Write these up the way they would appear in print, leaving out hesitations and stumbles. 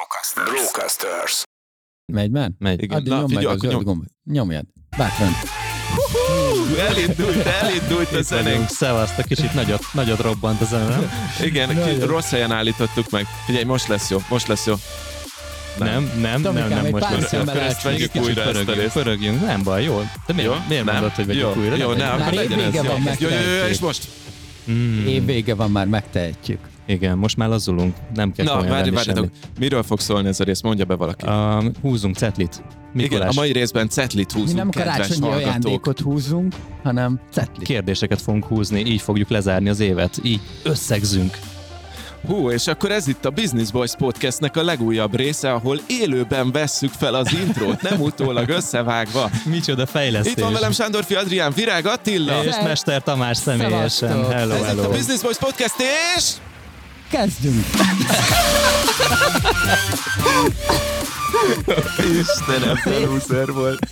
Brocasters. Megy már? Megy. Igen. Addig nyom meg az zöld gombot. Nyomjad. Bátran. Elindult a zenénk. Szevasztok, kicsit nagyot robbant a zene, nem? Igen, rossz helyen állítottuk meg. Figyelj, most lesz jó. Nem, most lesz jó. Ezt vegyük újra ezt a részt. Pörögjünk, nem baj, jó. De miért mondod, hogy vegyük újra? Jó, ne, akkor legyen ez. Jó, és most? Évvége van, már megtehetjük. Igen, most már lazulunk, nem kell komolyan venni semmit. Miről fog szólni ez a rész? Mondja be valaki. Húzunk cetlit. Mikulás. Igen, a mai részben cetlit húzunk, mi nem karácsonyi ajándékot húzunk, hanem cetlit. Kérdéseket fogunk húzni, így fogjuk lezárni az évet, így összegzünk. És akkor ez itt a Business Boys Podcastnek a legújabb része, ahol élőben vesszük fel az intrót, nem utólag összevágva. Micsoda fejlesztés. Itt van velem Sándorfi Adrián, Virág Attila. És Mester Tamás személyesen. Hello. Ez itt a Business Boys Podcast, és... Kezdünk! Istenem, felúszer volt.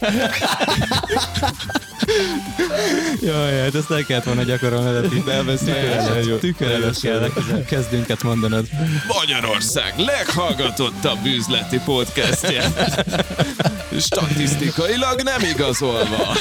Jaj, hát ezt el kellett volna gyakorolni, de tükör előtt kell kezdünket mondanod. Magyarország leghallgatottabb üzleti podcastje. Statisztikailag nem igazolva.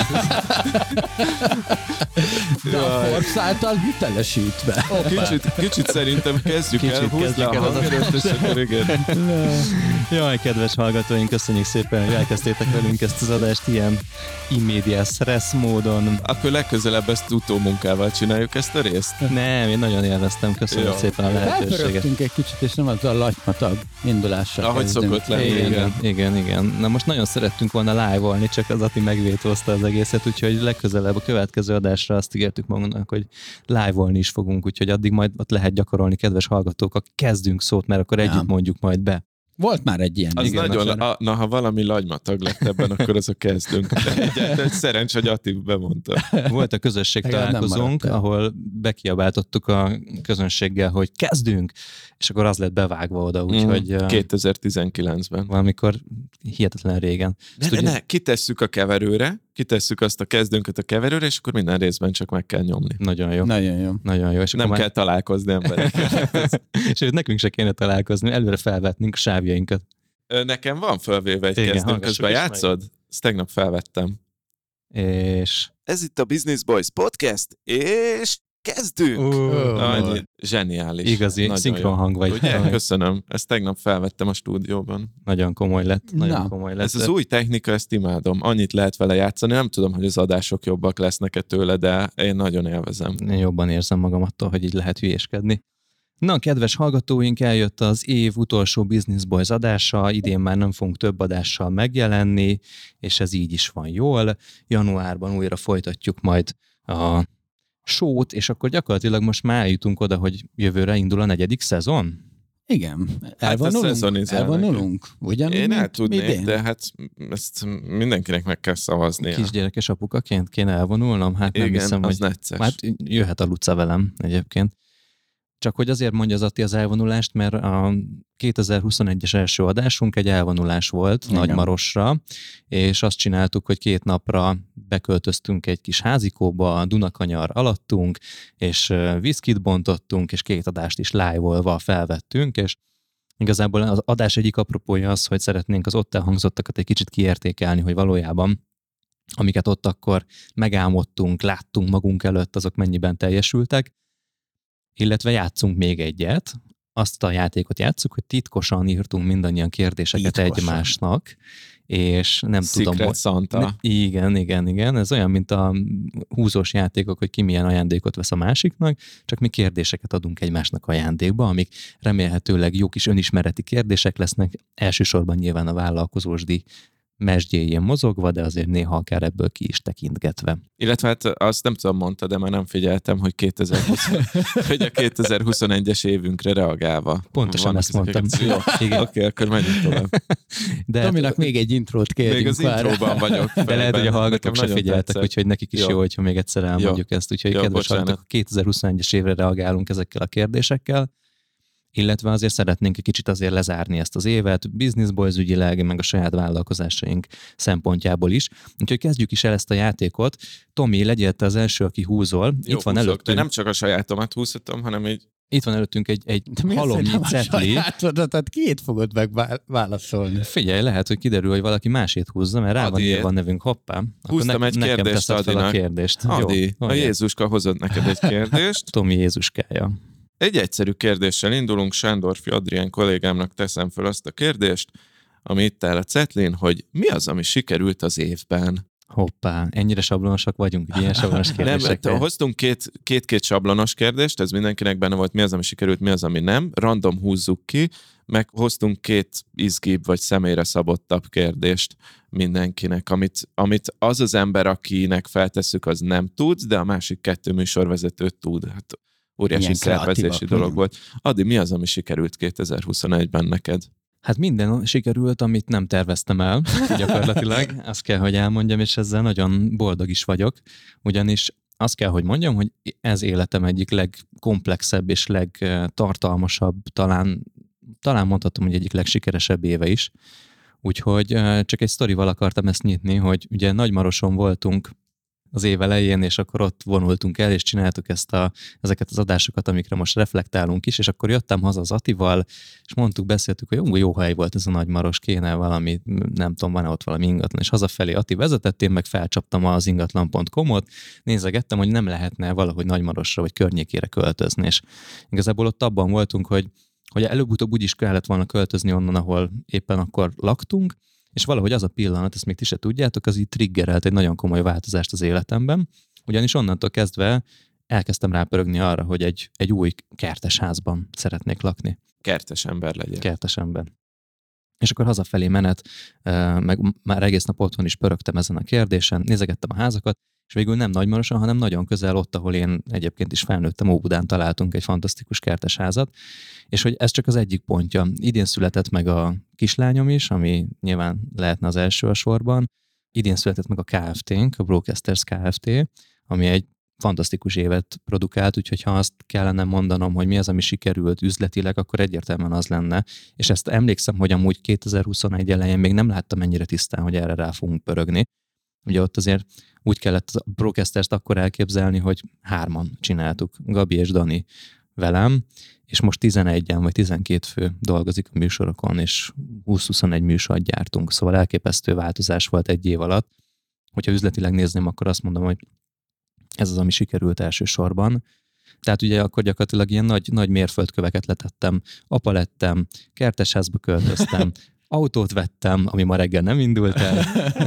De a Forbes által hitelesítve. Kicsit szerintem kezdjük el. Húzd le a hangerőt. Jaj, kedves hallgatóink, köszönjük szépen, hogy elkezdtétek velünk ezt az adást ilyen immedias res módon. Akkor legközelebb ezt utómunkával csináljuk ezt a részt? Nem, én nagyon élveztem, köszönöm szépen a lehetőséget. Elpörögtünk egy kicsit, és nem az a latymatag indulással ahogy kezdünk. szokott lenni. Igen. Na most nagyon szerettünk volna live-olni, csak az Ati megvétózta az egészet, úgyhogy legközelebb a következő adásra azt ígértük magunknak, hogy live-olni is fogunk, úgyhogy addig majd ott lehet gyakorolni, kedves hallgatók, kezdünk szót, mert akkor együtt mondjuk majd be. Volt már egy ilyen. Az nagyon, ha valami lagymatag lett ebben, akkor az a kezdünk. Egyáltalán szerencs, hogy Ati bemondta. Volt a közösség találkozónk, ahol bekiabáltottuk a közönséggel, hogy kezdünk, és akkor az lett bevágva oda, úgyhogy... 2019-ben. Valamikor hihetetlen régen. Kitesszük a keverőre, kitesszük azt a kezdőnket a keverőre, és akkor minden részben csak meg kell nyomni. Nagyon jó. És nem kell találkozni emberekkel. Sőt, nekünk se kéne találkozni, előre felvetnénk a sávjainkat. Nekem van felvéve egy kezdőn, közben játszod? Ezt tegnap felvettem. És... Ez itt a Business Boys Podcast, és kezdünk! Zseniális. Igazi, szinkron hang vagy. Ugye? Köszönöm. Ezt tegnap felvettem a stúdióban. Nagyon komoly lett. Ez az új technika, ezt imádom. Annyit lehet vele játszani. Nem tudom, hogy az adások jobbak lesznek-e tőle, de én nagyon élvezem. Én jobban érzem magam attól, hogy így lehet hülyéskedni. Na, kedves hallgatóink, eljött az év utolsó Business Boys adása, idén már nem fogunk több adással megjelenni, és ez így is van jól. Januárban újra folytatjuk majd a show-t, és akkor gyakorlatilag most már eljutunk oda, hogy jövőre indul a 4. szezon? Igen. Elvonulunk? Ugyanúgy, én el tudnék, de hát ezt mindenkinek meg kell szavaznia. Kisgyerekes apukaként kéne elvonulnom? Hát nem igen, hiszem, az hogy... necces. Hát jöhet a Luca velem egyébként. Csak hogy azért mondja az Atti az elvonulást, mert a 2021-es első adásunk egy elvonulás volt Nagymarosra, és azt csináltuk, hogy 2 napra beköltöztünk egy kis házikóba, a Dunakanyar alattunk, és viszkit bontottunk, és 2 adást is live-olva felvettünk, és igazából az adás egyik apropója az, hogy szeretnénk az ott elhangzottakat egy kicsit kiértékelni, hogy valójában amiket ott akkor megálmodtunk, láttunk magunk előtt, azok mennyiben teljesültek, illetve játszunk még egyet, azt a játékot játsszuk, hogy titkosan írtunk mindannyian kérdéseket egymásnak, és nem Secret tudom... Santa. Igen. Ez olyan, mint a húzós játékok, hogy ki milyen ajándékot vesz a másiknak, csak mi kérdéseket adunk egymásnak ajándékba, amik remélhetőleg jó kis önismereti kérdések lesznek, elsősorban nyilván a vállalkozósdi mesdjéjén mozogva, de azért néha akár ebből ki is tekintgetve. Illetve hát azt nem tudom, mondta, de már nem figyeltem, hogy, hogy a 2021-es évünkre reagálva. Pontosan ezt mondtam. Oké, akkor menjünk tovább. De Tominak még egy intrót kérjünk. Még az intróban vagyok. De lehet, hogy a hallgatók se figyeltek, úgyhogy nekik is jó, hogyha még egyszer elmondjuk ezt. Úgyhogy kedves hallgatók, 2021-es évre reagálunk ezekkel a kérdésekkel, illetve azért szeretnénk egy kicsit azért lezárni ezt az évet, Business Boys ügyileg, meg a saját vállalkozásaink szempontjából is. Úgyhogy kezdjük is el ezt a játékot. Tomi, legyél te az első, aki húzol. Jó, itt van előttünk. De nem csak a sajátomat húzhatom, hanem így Itt van előttünk egy halomnyi cetli. Tehát kiét fogod megválaszolni? Figyelj, lehet, hogy kiderül, hogy valaki másét húzza, mert rá van írva a nevünk, hoppá. Húztam egy nekem kérdést fel a kérdést. Adi, a Jézuska hozott neked egy kérdést. Tomi Jézuskája. Egy egyszerű kérdéssel indulunk, Sándorfi Adrián kollégámnak teszem fel azt a kérdést, ami itt áll a cetlin, hogy mi az, ami sikerült az évben? Hoppá, ennyire sablonosak vagyunk, ilyen sablonos kérdések. Nem, hoztunk két sablonos kérdést, ez mindenkinek benne volt, mi az, ami sikerült, mi az, ami nem. Random húzzuk ki, meg hoztunk két izgibb vagy személyre szabottabb kérdést mindenkinek, amit az ember, akinek feltesszük, az nem tud, de a másik kettő műsorvezető tud. Hát óriási szervezési dolog volt. Adi, mi az, ami sikerült 2021-ben neked? Hát minden sikerült, amit nem terveztem el, gyakorlatilag. Azt kell, hogy elmondjam, és ezzel nagyon boldog is vagyok, ugyanis azt kell, hogy mondjam, hogy ez életem egyik legkomplexebb és legtartalmasabb, talán mondhatom, hogy egyik legsikeresebb éve is. Úgyhogy csak egy sztorival akartam ezt nyitni, hogy ugye Nagymaroson voltunk az év elején, és akkor ott vonultunk el, és csináltuk ezeket az adásokat, amikre most reflektálunk is, és akkor jöttem haza az Atival, és beszéltük, hogy jó hely volt ez a Nagymaros, kéne valami, nem tudom, van-e ott valami ingatlan, és hazafelé Ati vezetett, én meg felcsaptam az ingatlan.com-ot, nézegettem, hogy nem lehetne valahogy Nagymarosra vagy környékére költözni, és igazából ott abban voltunk, hogy előbb-utóbb úgy is kellett volna költözni onnan, ahol éppen akkor laktunk, és valahogy az a pillanat, ezt még ti se tudjátok, az így triggerelt egy nagyon komoly változást az életemben, ugyanis onnantól kezdve elkezdtem rápörögni arra, hogy egy új kertes házban szeretnék lakni. Kertes ember legyen. Kertes ember. És akkor hazafelé menet, meg már egész nap otthon is pörögtem ezen a kérdésen, nézegettem a házakat, és végül nem Nagymaroson, hanem nagyon közel ott, ahol én egyébként is felnőttem, Óbudán találtunk egy fantasztikus kertes házat, és hogy ez csak az egyik pontja. Idén született meg a kislányom is, ami nyilván lehetne az első a sorban. Idén született meg a Kft-nk, a Brocasters Kft., ami egy fantasztikus évet produkált, úgyhogy ha azt kellene mondanom, hogy mi az, ami sikerült üzletileg, akkor egyértelműen az lenne. És ezt emlékszem, hogy amúgy 2021 elején még nem láttam ennyire tisztán, hogy erre rá fogunk pörögni. Ugye ott azért úgy kellett a Brocasters-t akkor elképzelni, hogy 3-an csináltuk, Gabi és Dani velem, és most 11-en vagy 12 fő dolgozik a műsorokon, és 20-21 műsort gyártunk, szóval elképesztő változás volt egy év alatt. Hogyha üzletileg nézném, akkor azt mondom, hogy ez az, ami sikerült elsősorban. Tehát ugye akkor gyakorlatilag ilyen nagy mérföldköveket letettem, apa lettem, kertesházba költöztem, autót vettem, ami ma reggel nem indult el,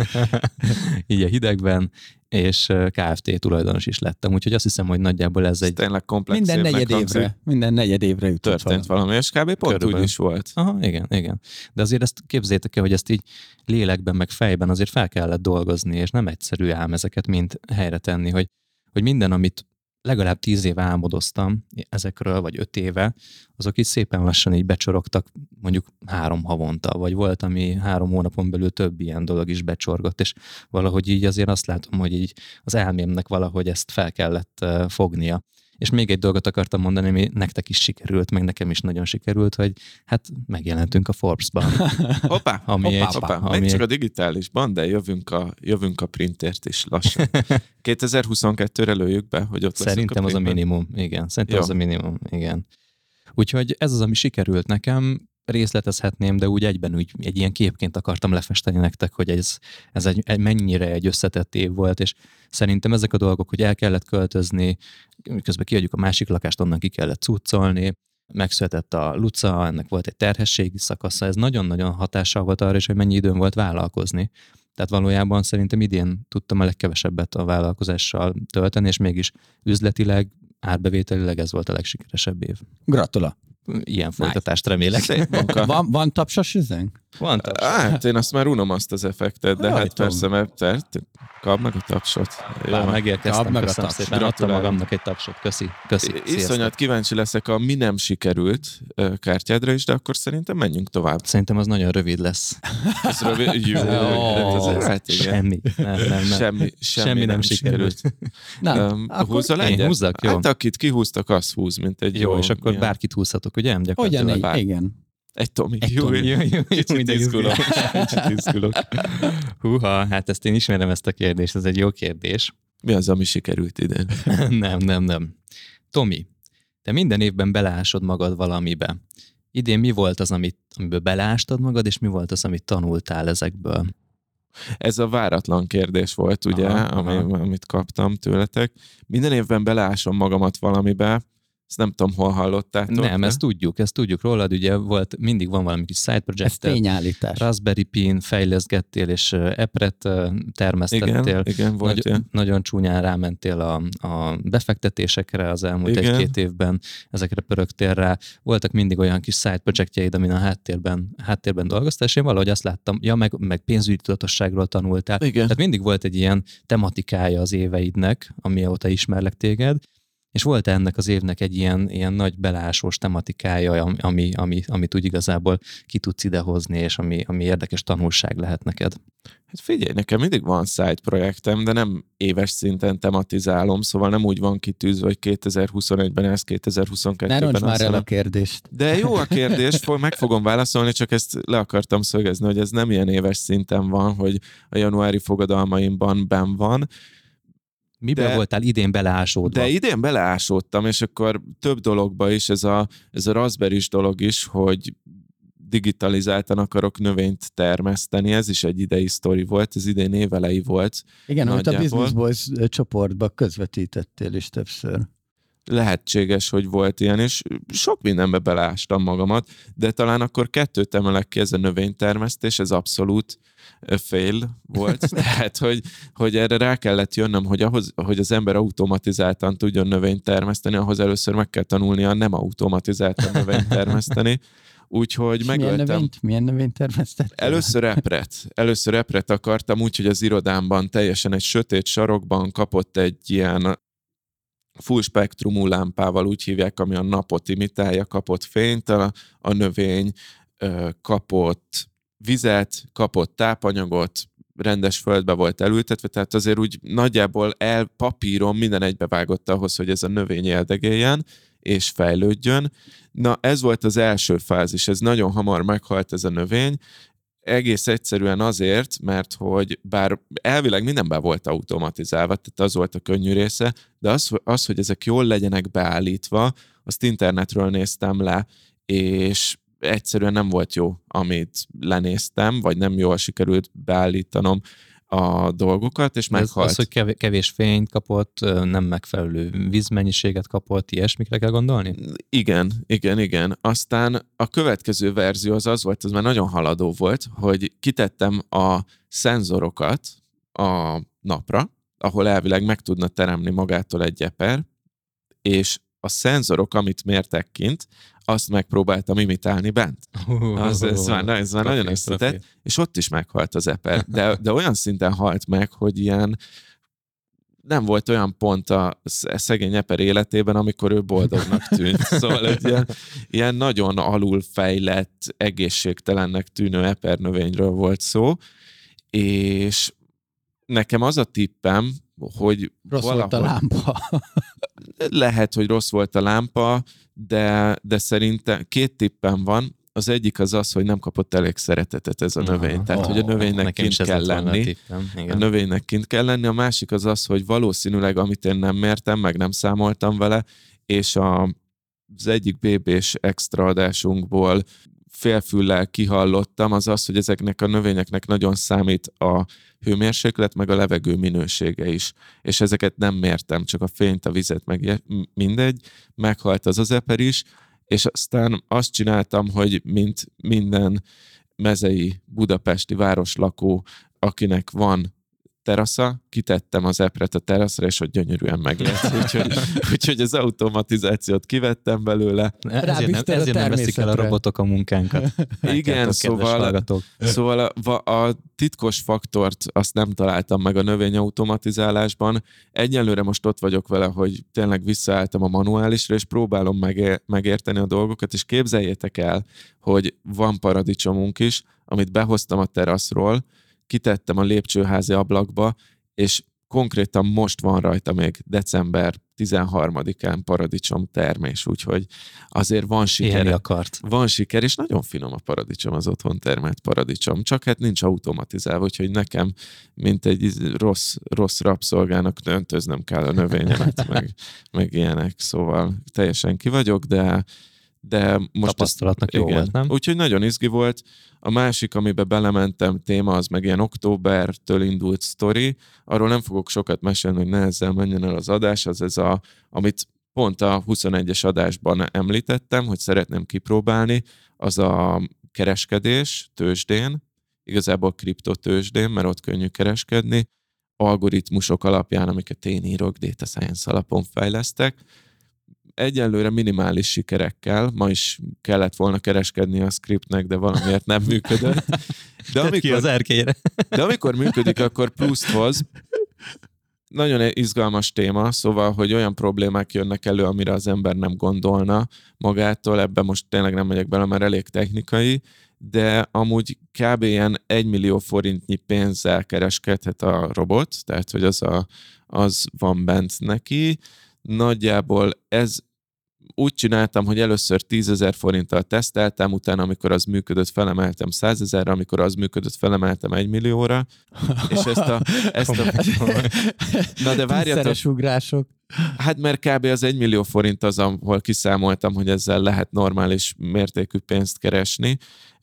így a hidegben, és Kft. Tulajdonos is lettem, úgyhogy azt hiszem, hogy nagyjából ez egy... Tényleg komplex minden negyed évre jutott történt valami, és kb. Pont úgy is volt. Aha, igen. De azért ezt képzeljétek el, hogy ezt így lélekben, meg fejben azért fel kellett dolgozni, és nem egyszerű ám ezeket mind helyre tenni, hogy minden, amit legalább 10 éve álmodoztam ezekről, vagy 5 éve, azok így szépen lassan így becsorogtak mondjuk 3 havonta, vagy volt, ami 3 hónapon belül több ilyen dolog is becsorgott, és valahogy így azért azt látom, hogy így az elmémnek valahogy ezt fel kellett fognia. És még egy dolgot akartam mondani, ami nektek is sikerült, meg nekem is nagyon sikerült, hogy hát megjelentünk a Forbes-ban. Hoppá. Még csak a digitálisban, de jövünk a printért is lassan. 2022-re lőjük be, hogy ott szerintem az a minimum, igen. Az a minimum, igen. Úgyhogy ez az, ami sikerült nekem, részletezhetném, de úgy egyben úgy egy ilyen képként akartam lefesteni nektek, hogy ez mennyire egy összetett év volt, és szerintem ezek a dolgok, hogy el kellett költözni, közben kiadjuk a másik lakást, onnan ki kellett cuccolni, megszületett a Luca, ennek volt egy terhességi szakasza, ez nagyon-nagyon hatással volt arra is, hogy mennyi időm volt vállalkozni. Tehát valójában szerintem idén tudtam a legkevesebbet a vállalkozással tölteni, és mégis üzletileg, árbevételileg ez volt a legsikeresebb év. Gratula! Ilyen folytatást remélek. Van tapsos üzenk? Van tapsos. Hát én azt már unom azt az effektet, de hát persze, mert kap meg a tapsot. Megérkeztem, köszönöm szépen. Adtam magamnak egy tapsot. Köszi. Iszonyat kíváncsi leszek a mi nem sikerült kártyádra is, de akkor szerintem menjünk tovább. Szerintem az nagyon rövid lesz. Ez rövid? Jó. Semmi nem sikerült. Húzzal egyet? Húzzak, jó. Hát akit kihúztak, az húz, mint egy jó. És akkor bárkit húzhatok, ugye? Ugyan, igen. Egy Tomi. Jó, kicsit izgulok. Húha, hát ezt én ismerem ezt a kérdést, ez egy jó kérdés. Mi az, ami sikerült idén? Nem. Tomi, te minden évben beleásod magad valamibe. Idén mi volt az, amiből beleástad magad, és mi volt az, amit tanultál ezekből? Ez a váratlan kérdés volt, ugye, amit kaptam tőletek. Minden évben beleásom magamat valamibe, ezt nem tudom, hol hallottátok. Nem, ezt tudjuk rólad, ugye mindig van valami kis side project. Ez tényállítás. Raspberry Pi-n fejleszgettél, és Epret termesztettél. Igen, volt ilyen. Nagyon csúnyán rámentél a befektetésekre az elmúlt egy-két évben, ezekre pörögtél rá. Voltak mindig olyan kis side projektjeid, amin a háttérben dolgoztál, és én valahogy azt láttam, meg pénzügyi tudatosságról tanultál. Igen. Tehát mindig volt egy ilyen tematikája az éveidnek, amióta ismerlek téged, és volt ennek az évnek egy ilyen nagy beleásós tematikája, amit úgy igazából ki tudsz idehozni, és ami érdekes tanulság lehet neked? Hát figyelj, nekem mindig van side projektem, de nem éves szinten tematizálom, szóval nem úgy van kitűzve, hogy 2021-ben ez, 2022-ben ne roncs az. már el a kérdést. De jó a kérdés, meg fogom válaszolni, csak ezt le akartam szögezni, hogy ez nem ilyen éves szinten van, hogy a januári fogadalmaimban benn van. Miből voltál idén beleásódva? De idén beleásódtam, és akkor több dologba is, ez a Raspberry-s dolog is, hogy digitalizáltan akarok növényt termeszteni, ez is egy idei sztori volt, ez idén évelei volt. Igen, amit a Business Boys csoportba közvetítettél is többször. Lehetséges, hogy volt ilyen, és sok mindenbe beleástam magamat, de talán akkor 2 emelek ki, ez a növénytermesztés, ez abszolút fail volt. Tehát, hogy erre rá kellett jönnöm, hogy ahhoz, hogy az ember automatizáltan tudjon növényt termeszteni, ahhoz először meg kell tanulnia nem automatizáltan növényt termeszteni. Úgyhogy megöltem. Milyen növényt termesztettél? Először epret akartam, úgyhogy az irodámban teljesen egy sötét sarokban kapott egy ilyen full spektrumú lámpával, úgy hívják, ami a napot imitálja, kapott fényt, a növény kapott vizet, kapott tápanyagot, rendes földbe volt elültetve, tehát azért úgy nagyjából papíron minden egybevágott ahhoz, hogy ez a növény eldegéljen és fejlődjön. Na, ez volt az első fázis, ez nagyon hamar meghalt ez a növény, egész egyszerűen azért, mert hogy bár elvileg mindenben volt automatizálva, tehát az volt a könnyű része, de az, hogy ezek jól legyenek beállítva, azt internetről néztem le, és egyszerűen nem volt jó, amit lenéztem, vagy nem jól sikerült beállítanom a dolgokat, és meghalt. Az, hogy kevés fényt kapott, nem megfelelő vízmennyiséget kapott, ilyesmikre kell gondolni? Igen. Aztán a következő verzió az volt, az már nagyon haladó volt, hogy kitettem a szenzorokat a napra, ahol elvileg meg tudna teremni magától egy eper, és a szenzorok, amit mértek kint, azt megpróbáltam imitálni bent. Ez már nagyon összetett, és ott is meghalt az eper. De olyan szinten halt meg, hogy ilyen nem volt olyan pont a szegény eper életében, amikor ő boldognak tűnt. Szóval egy ilyen nagyon alulfejlett, egészségtelennek tűnő epernövényről volt szó, és nekem az a tippem, hogy rossz volt a lámpa. Lehet, hogy rossz volt a lámpa, de szerintem 2 tippem van. Az egyik az, hogy nem kapott elég szeretetet ez a növény. Tehát, hogy a növénynek kint kell lenni. A növénynek kint kell lenni. A másik az, hogy valószínűleg, amit én nem mértem, meg nem számoltam vele, és az egyik BB-s extra adásunkból félfüllel kihallottam, az, hogy ezeknek a növényeknek nagyon számít a hőmérséklet, meg a levegő minősége is. És ezeket nem mértem, csak a fényt, a vizet, meg mindegy. Meghalt az eper is, és aztán azt csináltam, hogy mint minden mezei budapesti városlakó, akinek van terasza, kitettem az epret a teraszra, és ott gyönyörűen meglett. Úgyhogy az automatizációt kivettem belőle. Ezért nem veszik el a robotok a munkánkat. Igen, szóval a titkos faktort azt nem találtam meg a növényautomatizálásban. Egyelőre most ott vagyok vele, hogy tényleg visszaálltam a manuálisra, és próbálom megérteni a dolgokat, és képzeljétek el, hogy van paradicsomunk is, amit behoztam a teraszról, kitettem a lépcsőházi ablakba, és konkrétan most van rajta még december 13-án paradicsom termés, úgyhogy azért van siker. Van siker, és nagyon finom a paradicsom, az otthon termelt paradicsom. Csak hát nincs automatizálva, úgyhogy nekem, mint egy rossz rabszolgának öntöznem kell a növényemet, meg ilyenek, szóval teljesen ki vagyok, de most tapasztalatnak jó volt, nem? Úgyhogy nagyon izgi volt. A másik, amiben belementem téma, az meg ilyen októbertől indult sztori. Arról nem fogok sokat mesélni, hogy ne ezzel menjen el az adás. Az ez amit pont a 21-es adásban említettem, hogy szeretném kipróbálni, az a kereskedés tőzsdén, igazából kriptotőzsdén, mert ott könnyű kereskedni, algoritmusok alapján, amiket én írok, data science alapon fejlesztek. Egyelőre minimális sikerekkel, ma is kellett volna kereskedni a scriptnek, de valamiért nem működött. De amikor működik, akkor pluszt hoz. Nagyon izgalmas téma, szóval, hogy olyan problémák jönnek elő, amire az ember nem gondolna magától, ebben most tényleg nem megyek bele, mert elég technikai, de amúgy kb. Ilyen 1 millió forintnyi pénzzel kereskedhet a robot, tehát, hogy az van bent neki. Nagyjából ez úgy csináltam, hogy először 10 000 forinttal teszteltem, utána, amikor az működött, felemeltem 100 000-ra, amikor az működött, felemeltem 1 millióra, és ezt a na de várjatok, ugrások. Hát mert kb. Az 1 millió forint az, ahol kiszámoltam, hogy ezzel lehet normális mértékű pénzt keresni,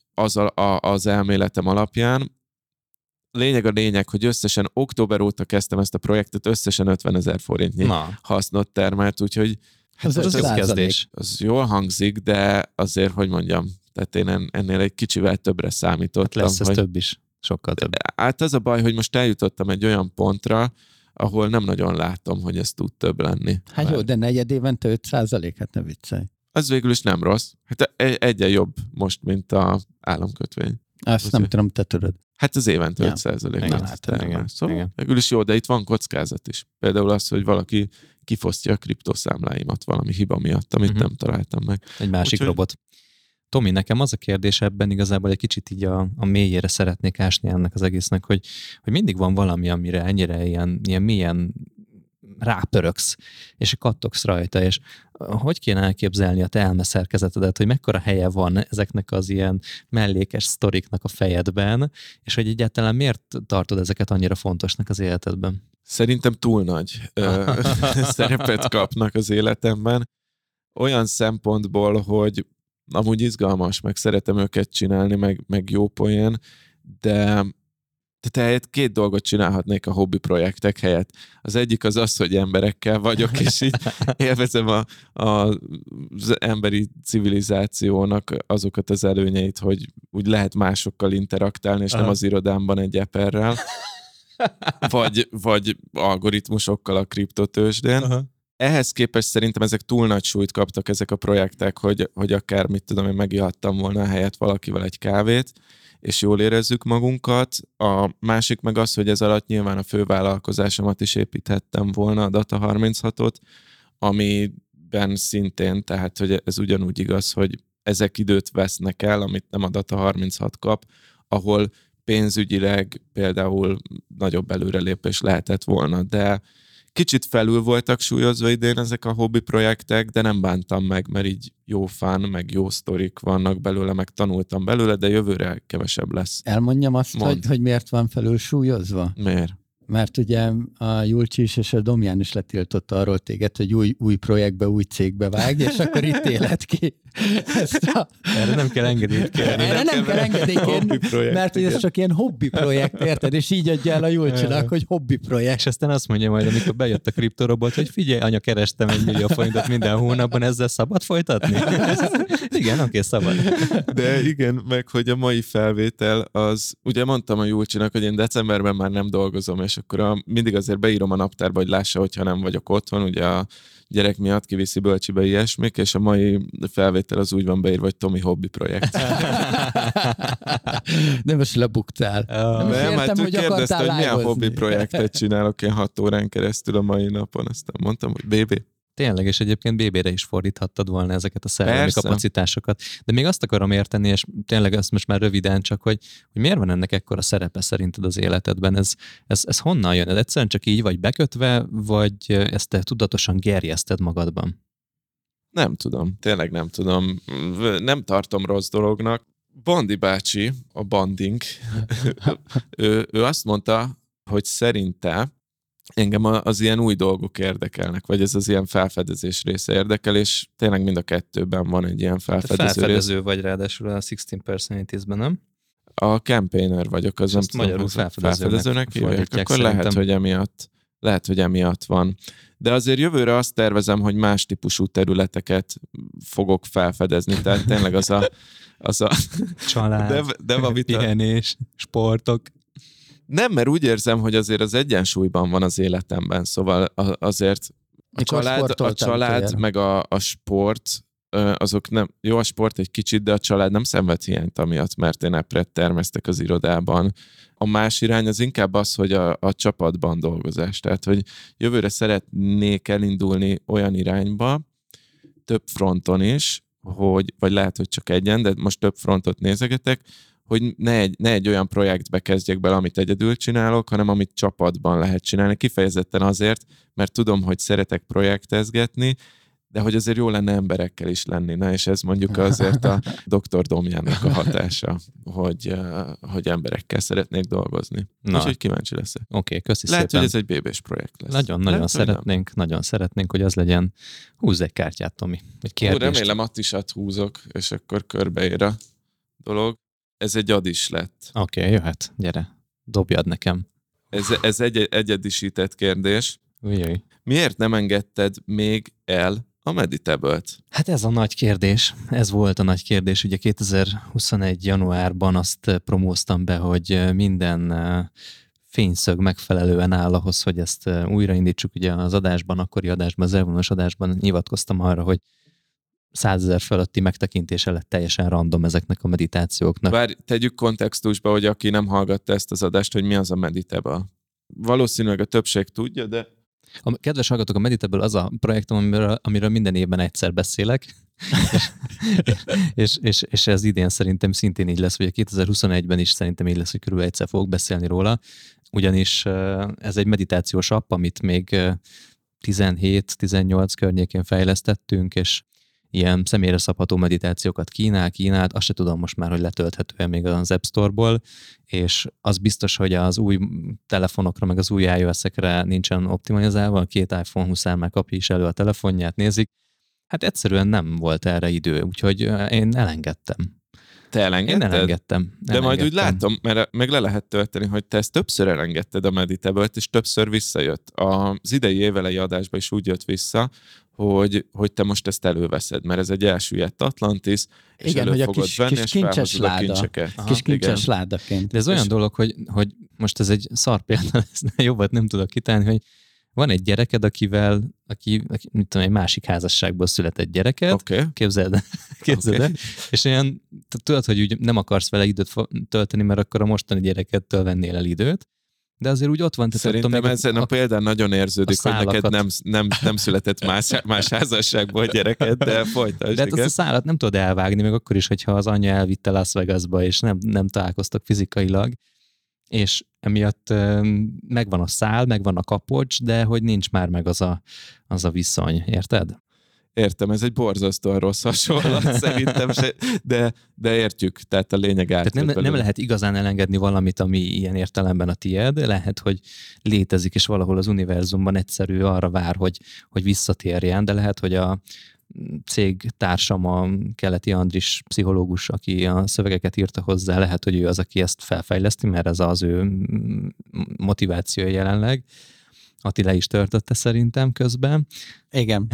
az elméletem alapján. Lényeg, hogy összesen október óta kezdtem ezt a projektet, összesen 50 000 forintnyi hasznot termelt, úgyhogy hát az jól hangzik, de azért, hogy mondjam, tehát én ennél egy kicsivel többre számítottam. Hát lesz ez több is, sokkal több. Hát az a baj, hogy most eljutottam egy olyan pontra, ahol nem nagyon látom, hogy ez tud több lenni. Hát jó, de negyed évente 5%, hát ne viccelj. Az végül is nem rossz. Hát egyen jobb most, mint az államkötvény. Azt nem tudom, te tudod. Hát az évente 5%. Szóval végül is jó, de itt van kockázat is. Például az, hogy valaki kifosztja a kriptoszámláimat valami hiba miatt, amit nem találtam meg. Egy másik robot. Tomi, nekem az a kérdés ebben igazából egy kicsit így a mélyére szeretnék ásni ennek az egésznek, hogy mindig van valami, amire ennyire ilyen mélyen rápöröksz, és kattogsz rajta, és hogy kéne elképzelni a te elmeszerkezetedet, hogy mekkora helye van ezeknek az ilyen mellékes sztoriknak a fejedben, és hogy egyáltalán miért tartod ezeket annyira fontosnak az életedben? Szerintem túl nagy szerepet kapnak az életemben. Olyan szempontból, hogy amúgy izgalmas, meg szeretem őket csinálni, meg jó poén, de tehát 2 dolgot csinálhatnék a hobbi projektek helyett. Az egyik az, hogy emberekkel vagyok, és így élvezem az emberi civilizációnak azokat az előnyeit, hogy úgy lehet másokkal interaktálni, és nem az irodámban egy eperrel, vagy algoritmusokkal a kriptotőzsdén. Ehhez képest szerintem ezek túl nagy súlyt kaptak ezek a projektek, hogy akár, mit tudom, én megihattam volna helyett valakivel egy kávét, és jól érezzük magunkat. A másik meg az, hogy ez alatt nyilván a fővállalkozásomat is építhettem volna, a Data36-ot, amiben szintén, tehát hogy ez ugyanúgy igaz, hogy ezek időt vesznek el, amit nem a Data36 kap, ahol pénzügyileg például nagyobb előrelépés lehetett volna, de kicsit felül voltak súlyozva idén ezek a hobbi projektek, de nem bántam meg, mert így jó fán, meg jó sztorik vannak belőle, meg tanultam belőle, de jövőre kevesebb lesz. Elmondjam azt, hogy miért van felül súlyozva? Miért? Mert ugye a Julcsi is és a Domján is letiltotta arról téged, hogy új projektbe, új cégbe vágj, és akkor itt éled ki. Erre nem kell engedélyt kérni. Erre nem kell engedélyt kérni, mert hogy ez csak ilyen hobbi projekt, érted? És így adja el a Julcsinak, hogy hobbi projekt. És aztán azt mondja majd, amikor bejött a kriptorobot, hogy figyelj, anya, kerestem 1 millió forintot minden hónapban, ezzel szabad folytatni? Igen, oké, szabad. De igen, meg hogy a mai felvétel az, ugye mondtam a Julcsinak, hogy én decemberben már nem dolgozom, és akkor mindig azért beírom a naptárba, hogy lássa, hogyha nem vagyok otthon, ugye a gyerek miatt kiviszi bölcsibe ilyesmik, és a mai felvétel az úgy van beírva, hogy Tomi hobbi projekt. De most lebuktál. Nem, hát ő kérdezte, hogy milyen hobbi projektet csinálok én 6 órán keresztül a mai napon, aztán mondtam, hogy BB. Tényleg, és egyébként BB-re is fordíthattad volna ezeket a szerelmi kapacitásokat. De még azt akarom érteni, és tényleg azt most már röviden csak, hogy miért van ennek ekkora szerepe szerinted az életedben? Ez honnan jön? Ez egyszerűen csak így vagy bekötve, vagy ezt te tudatosan gerjeszted magadban? Nem tudom, tényleg nem tudom. Nem tartom rossz dolognak. Bandi bácsi, a Banding, ő azt mondta, hogy szerinte engem az ilyen új dolgok érdekelnek, vagy ez az ilyen felfedezés része érdekel, és tényleg mind a kettőben van egy ilyen felfedező rész. Vagy ráadásul a 16 Personalities-ben, nem? A campaigner vagyok, az nem magyarul felfedezőnek hívják, akkor lehet, hogy emiatt van. De azért jövőre azt tervezem, hogy más típusú területeket fogok felfedezni, tehát tényleg az a család, pihenés, sportok. Nem, mert úgy érzem, hogy azért az egyensúlyban van az életemben, szóval azért a család meg a sport, azok nem, jó a sport egy kicsit, de a család nem szenved hiányt amiatt, mert én epret termesztek az irodában. A más irány az inkább az, hogy a csapatban dolgozás. Tehát, hogy jövőre szeretnék elindulni olyan irányba, több fronton is, vagy lehet, hogy csak egyen, de most több frontot nézegetek, hogy ne egy olyan projektbe kezdjek bele, amit egyedül csinálok, hanem amit csapatban lehet csinálni. Kifejezetten azért, mert tudom, hogy szeretek projektezgetni, de hogy azért jó lenne emberekkel is lenni. Na, és ez mondjuk azért a Dr. Domjánnak a hatása, hogy emberekkel szeretnék dolgozni. Úgyhogy kíváncsi leszek. Oké, köszi lehet, szépen. hogy ez egy BB-s projekt lesz. Nagyon szeretnénk, hogy az legyen. Húzz egy kártyát, Tomi. Egy kérdést. Remélem Attisat húzok, és akkor körbeér a dolog. Ez egy adis lett. Oké, jöhet. Gyere. Dobjad nekem. Ez egy egyedisített kérdés. Ujjaj. Miért nem engedted még el a Meditable-t? Hát ez a nagy kérdés. Ez volt a nagy kérdés. Ugye 2021. januárban azt promóztam be, hogy minden fényszög megfelelően áll ahhoz, hogy ezt újraindítsuk. Ugye az adásban, akkori adásban, az elvonos adásban nyilatkoztam arra, hogy 100 000 fölötti megtekintése lett teljesen random ezeknek a meditációknak. Bár tegyük kontextusba, hogy aki nem hallgatta ezt az adást, hogy mi az a Meditable. Valószínűleg a többség tudja, de... A kedves hallgatók, a Meditable az a projektum, amiről minden évben egyszer beszélek, és ez idén szerintem szintén így lesz, vagy a 2021-ben is szerintem így lesz, hogy körülbelül egyszer fogok beszélni róla, ugyanis ez egy meditációs app, amit még 17-18 környékén fejlesztettünk, és ilyen személyre szabható meditációkat kínált, azt se tudom most már, hogy letölthető még az App Store-ból, és az biztos, hogy az új telefonokra, meg az új iOS-ekre nincsen optimalizálva, a 2 iPhone 20 már kapja is elő a telefonját, nézik. Hát egyszerűen nem volt erre idő, úgyhogy én elengedtem. Te elengedted? Én elengedtem. De majd úgy látom, mert meg le lehet tölteni, hogy te ezt többször elengedted a Meditable-t, és többször visszajött. Az idei évelei adásban is úgy jött vissza, hogy te most ezt előveszed, mert ez egy elsüllyedt Atlantis, és igen, elő hogy fogod kis, venni, kis és kincses felhozod láda. a kincseket. Kis kincses ládaként. De ez olyan dolog, hogy most ez egy szar példa, jobbat nem tudok kitálni, hogy van egy gyereked, aki mit tudom, egy másik házasságból született gyereked, Okay. Képzeld el, és olyan, tudod, hogy úgy nem akarsz vele időt tölteni, mert akkor a mostani gyerekedtől vennél el időt, de azért úgy ott van. Szerintem ezen a példán nagyon érződik, hogy neked nem született más házasságból gyereked, de folytasd. De hát azt a szálat nem tudod elvágni, meg akkor is, hogyha az anyja elvitte Las Vegasba, és nem találkoztak fizikailag, és emiatt megvan a szál, megvan a kapocs, de hogy nincs már meg az a viszony, érted? Értem, ez egy borzasztóan rossz hasonlat szerintem, de értjük, tehát a lényeg tehát nem lehet igazán elengedni valamit, ami ilyen értelemben a tied, lehet, hogy létezik, és valahol az univerzumban egyszerű arra vár, hogy visszatérjen, de lehet, hogy a cégtársam, a Keleti Andris pszichológus, aki a szövegeket írta hozzá, lehet, hogy ő az, aki ezt felfejleszti, mert ez az ő motivációja jelenleg. Ati le is törtötte szerintem közben. Igen.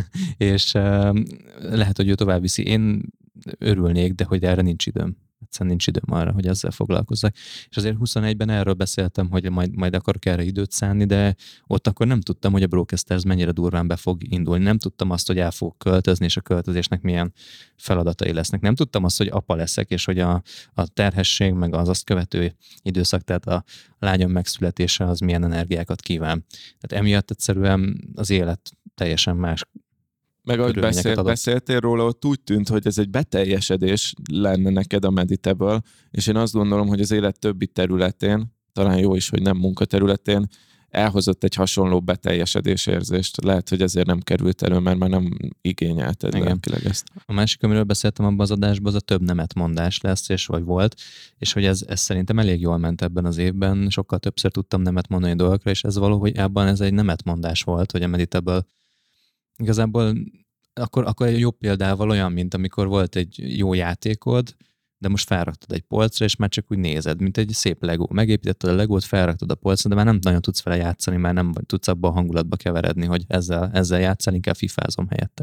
És lehet, hogy ő tovább viszi. Én örülnék, de hogy erre nincs időm. Egyszerűen nincs időm arra, hogy ezzel foglalkozzak. És azért 21-ben erről beszéltem, hogy majd akarok erre időt szánni, de ott akkor nem tudtam, hogy a Brocasters mennyire durván be fog indulni. Nem tudtam azt, hogy el fogok költözni, és a költözésnek milyen feladatai lesznek. Nem tudtam azt, hogy apa leszek, és hogy a terhesség, meg az azt követő időszak, tehát a lányom megszületése az milyen energiákat kíván. Tehát emiatt egyszerűen az élet teljesen más. Meg ahogy beszéltél róla, ott úgy tűnt, hogy ez egy beteljesedés lenne neked a Meditable, és én azt gondolom, hogy az élet többi területén, talán jó is, hogy nem munkaterületén, elhozott egy hasonló beteljesedés érzést. Lehet, hogy ezért nem került elő, mert már nem igényelted lelkileg ezt. A másik, amiről beszéltem abban az adásban, az a több nemetmondás lesz, és vagy volt, és hogy ez szerintem elég jól ment ebben az évben, sokkal többször tudtam nemet mondani dolgokra, és ez valahogy ebben ez egy nemetmondás volt, hogy a Meditable igazából akkor egy jobb példával olyan, mint amikor volt egy jó játékod, de most felraktad egy polcra, és már csak úgy nézed, mint egy szép Lego. Megépítetted a Legót, felraktad a polcra, de már nem nagyon tudsz vele játszani, már nem tudsz abban a hangulatba keveredni, hogy ezzel játszani, inkább fifázom helyette.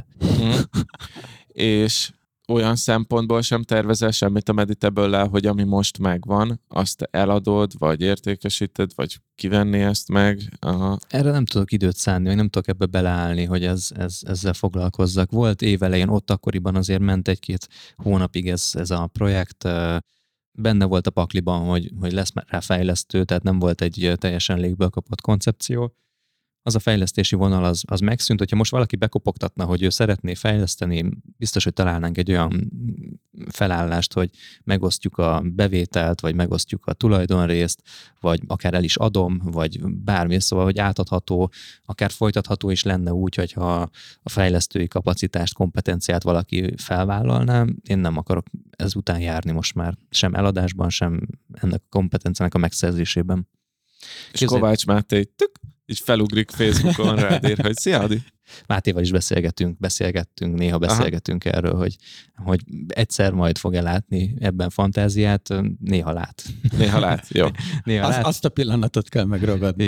És olyan szempontból sem tervezel semmit a Meditable-lel, hogy ami most megvan, azt eladod, vagy értékesíted, vagy kivenni ezt meg? Aha. Erre nem tudok időt szánni, vagy nem tudok ebbe beleállni, hogy ezzel foglalkozzak. Volt évelején, ott akkoriban azért ment 1-2 hónapig ez a projekt, benne volt a pakliban, hogy lesz már rá fejlesztő, tehát nem volt egy teljesen légből kapott koncepció. Az a fejlesztési vonal az megszűnt, hogyha most valaki bekopogtatna, hogy ő szeretné fejleszteni, biztos, hogy találnánk egy olyan felállást, hogy megosztjuk a bevételt, vagy megosztjuk a tulajdonrészt, vagy akár el is adom, vagy bármi, szóval, hogy átadható, akár folytatható is lenne úgy, hogyha a fejlesztői kapacitást, kompetenciát valaki felvállalná. Én nem akarok ezután járni most már, sem eladásban, sem ennek a kompetenciának a megszerzésében. És Kovács Máté így felugrik Facebookon, rád ír, hogy szia, Adi. Mátéval is beszélgettünk, néha beszélgetünk erről, hogy egyszer majd fog látni ebben fantáziát, néha lát. Néha lát, jó. Azt a pillanatot kell megragadni.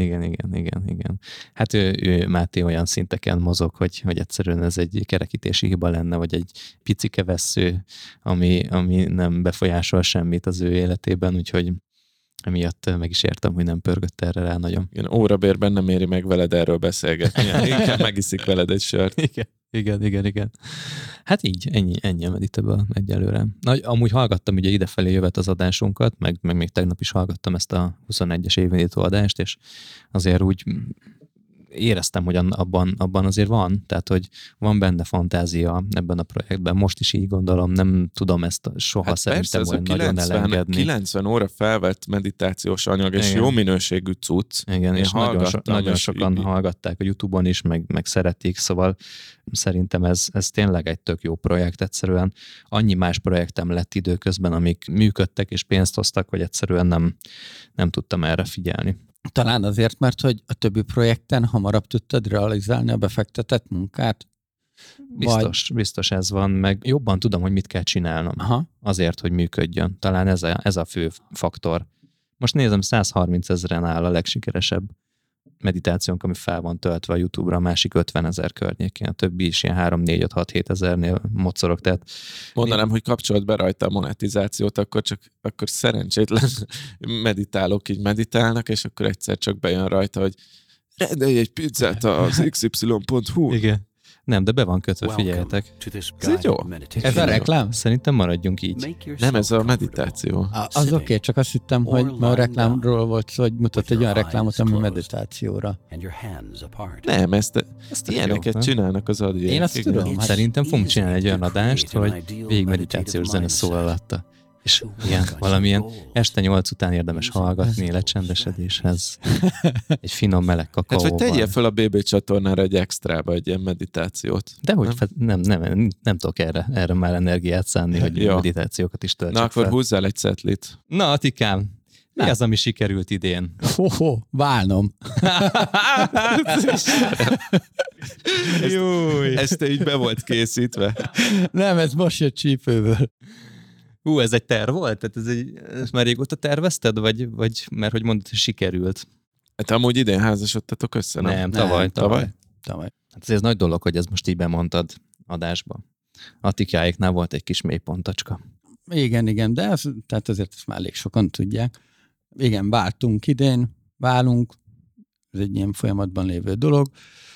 Igen. Hát ő Máté olyan szinteken mozog, hogy egyszerűen ez egy kerekítési hiba lenne, vagy egy picike vessző, ami nem befolyásol semmit az ő életében, úgyhogy emiatt meg is értem, hogy nem pörgött erre rá nagyon. Igen, órabérben nem éri meg veled erről beszélgetni. Inkább megiszik veled egy sört. Igen. Hát így, ennyi a Meditable egyelőre. Amúgy hallgattam ugye idefelé jövet az adásunkat, meg még tegnap is hallgattam ezt a 21-es évindító adást, és azért úgy éreztem, hogy abban azért van, tehát, hogy van benne fantázia ebben a projektben. Most is így gondolom, nem tudom ezt soha szerintem olyan nagyon elengedni. 90 óra felvett meditációs anyag, és jó minőségű cucc. Igen, és nagyon sokan hallgatták a YouTube-on is, meg szeretik, szóval szerintem ez tényleg egy tök jó projekt, egyszerűen annyi más projektem lett időközben, amik működtek és pénzt hoztak, hogy egyszerűen nem tudtam erre figyelni. Talán azért, mert hogy a többi projekten hamarabb tudtad realizálni a befektetett munkát? Biztos ez van, meg jobban tudom, hogy mit kell csinálnom. Aha. Azért, hogy működjön. Talán ez a fő faktor. Most nézem, 130 000 áll a legsikeresebb meditációnk, ami fel van töltve a YouTube-ra, a másik 50 000 környékén. A többi is ilyen 3-4-5-6-7 ezernél mocorog. Tehát mondanám, hogy kapcsolt be rajta a monetizációt, akkor szerencsétlen meditálók így meditálnak, és akkor egyszer csak bejön rajta, hogy rendelj egy pizzát az xy.hu. Igen. Nem, de be van kötve, figyeljetek. Ez egy jó. Ez a reklám? Szerintem maradjunk így. Nem, ez a meditáció. Az oké, csak azt hittem, hogy a reklámról volt szó, hogy mutat egy olyan reklámot, ami meditációra. Nem, ezt ilyeneket csinálnak az Adi. Én azt tudom. Szerintem fogunk csinálni egy olyan adást, hogy végig meditációs zene szól alatta. És ilyen, valamilyen este 8 után érdemes hallgatni lecsendesedéshez. Egy finom meleg kakaóval. Hát, hogy tegyél fel a BB csatornára egy extrába, egy ilyen meditációt. De hogy nem tudok erre már energiát szánni, hogy meditációkat is töltsek. Na, akkor húzzál egy szetlit. Na, Atikám, mi az, ami sikerült idén? Válnom. Júj. Ez te így be volt készítve. Nem, ez most jött csípőből. Ez egy terv volt? Tehát ezt már régóta tervezted? Vagy mert hogy mondod, hogy sikerült? Hát amúgy idén házasodtatok össze, nem? Nem, tavaly. Hát ez nagy dolog, hogy ezt most így bemondtad adásba. Atikáéknál volt egy kis mélypontacska. Igen, de tehát azért ezt már elég sokan tudják. Igen, váltunk idén, válunk, ez egy ilyen folyamatban lévő dolog.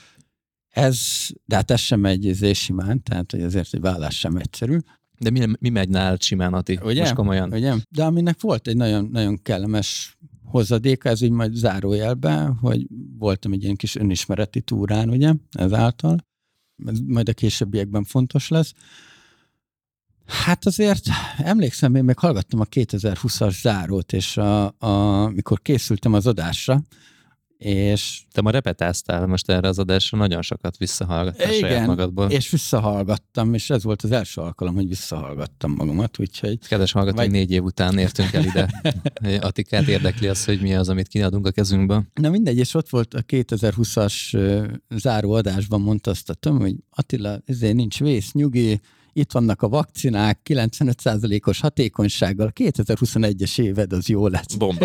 De hát ez sem megy simán, tehát hogy azért egy vállás sem egyszerű. De mi megy nálad simán, Ati? Ugye? Most komolyan. Ugye? De aminek volt egy nagyon, nagyon kellemes hozadéka, ez így majd zárójelben, hogy voltam egy ilyen kis önismereti túrán, ugye, ezáltal. Ez majd a későbbiekben fontos lesz. Hát azért emlékszem, én meg hallgattam a 2020-as zárót, és mikor készültem az adásra, és... Te ma repetáztál most erre az adásra, nagyon sokat visszahallgattál saját magadból. És visszahallgattam, és ez volt az első alkalom, hogy visszahallgattam magamat, úgyhogy... Kedves hallgatói, 4 év után értünk el ide. Attikát érdekli az, hogy mi az, amit kiadunk a kezünkbe. Na mindegy, és ott volt a 2020-as záróadásban, mondta azt a Tom, hogy Attila, ezért nincs vész, nyugi, itt vannak a vakcinák, 95%-os hatékonysággal, 2021-es éved az jó lesz. Bomba.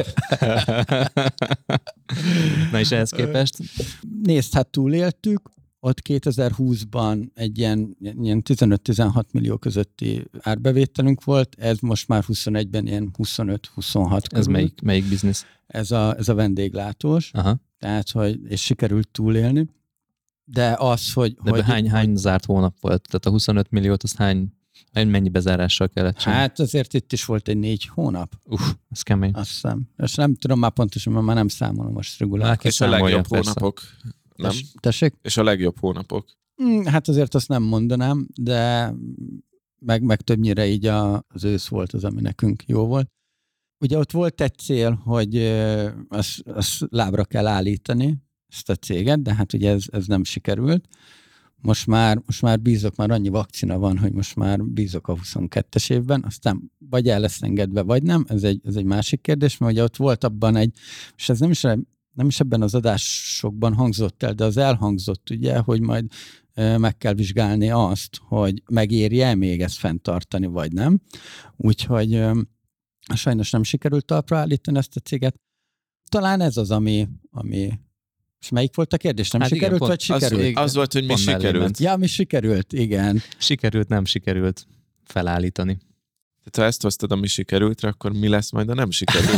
Na és ehhez képest? Nézd, hát túléltük, ott 2020-ban egy ilyen 15-16 millió közötti árbevételünk volt, ez most már 21-ben ilyen 25-26 Ez melyik biznisz? Ez a vendéglátós, Aha. tehát, hogy, és sikerült túlélni. De az, hogy... De hány zárt hónap volt? Tehát a 25 milliót, azt mennyi bezárással kellett csinálni? Hát azért itt is volt egy 4 hónap. Ez kemény. Azt hiszem. És nem tudom már pontosan, mert már nem számolom most regulárban. És a legjobb hónapok. Nem? Tessék? És a legjobb hónapok. Hát azért azt nem mondanám, de meg többnyire így az ősz volt az, ami nekünk jó volt. Ugye ott volt egy cél, hogy azt lábra kell állítani, ezt a céget, de hát ugye ez nem sikerült. Most már bízok, már annyi vakcina van, hogy most már bízok a 22-es évben, aztán vagy el lesz engedve, vagy nem, ez egy másik kérdés, mert ugye ott volt abban és ez nem is ebben az adásokban hangzott el, de az elhangzott ugye, hogy majd meg kell vizsgálni azt, hogy megéri-e még ezt fenntartani, vagy nem. Úgyhogy sajnos nem sikerült talpra állítani ezt a céget. Talán ez az, ami és melyik volt a kérdés? Nem sikerült, igen, vagy sikerült? Az volt, hogy mi sikerült. Ja, mi sikerült, igen. Sikerült, nem sikerült felállítani. Tehát ha ezt hoztad a mi sikerültre, akkor mi lesz majd a nem sikerült?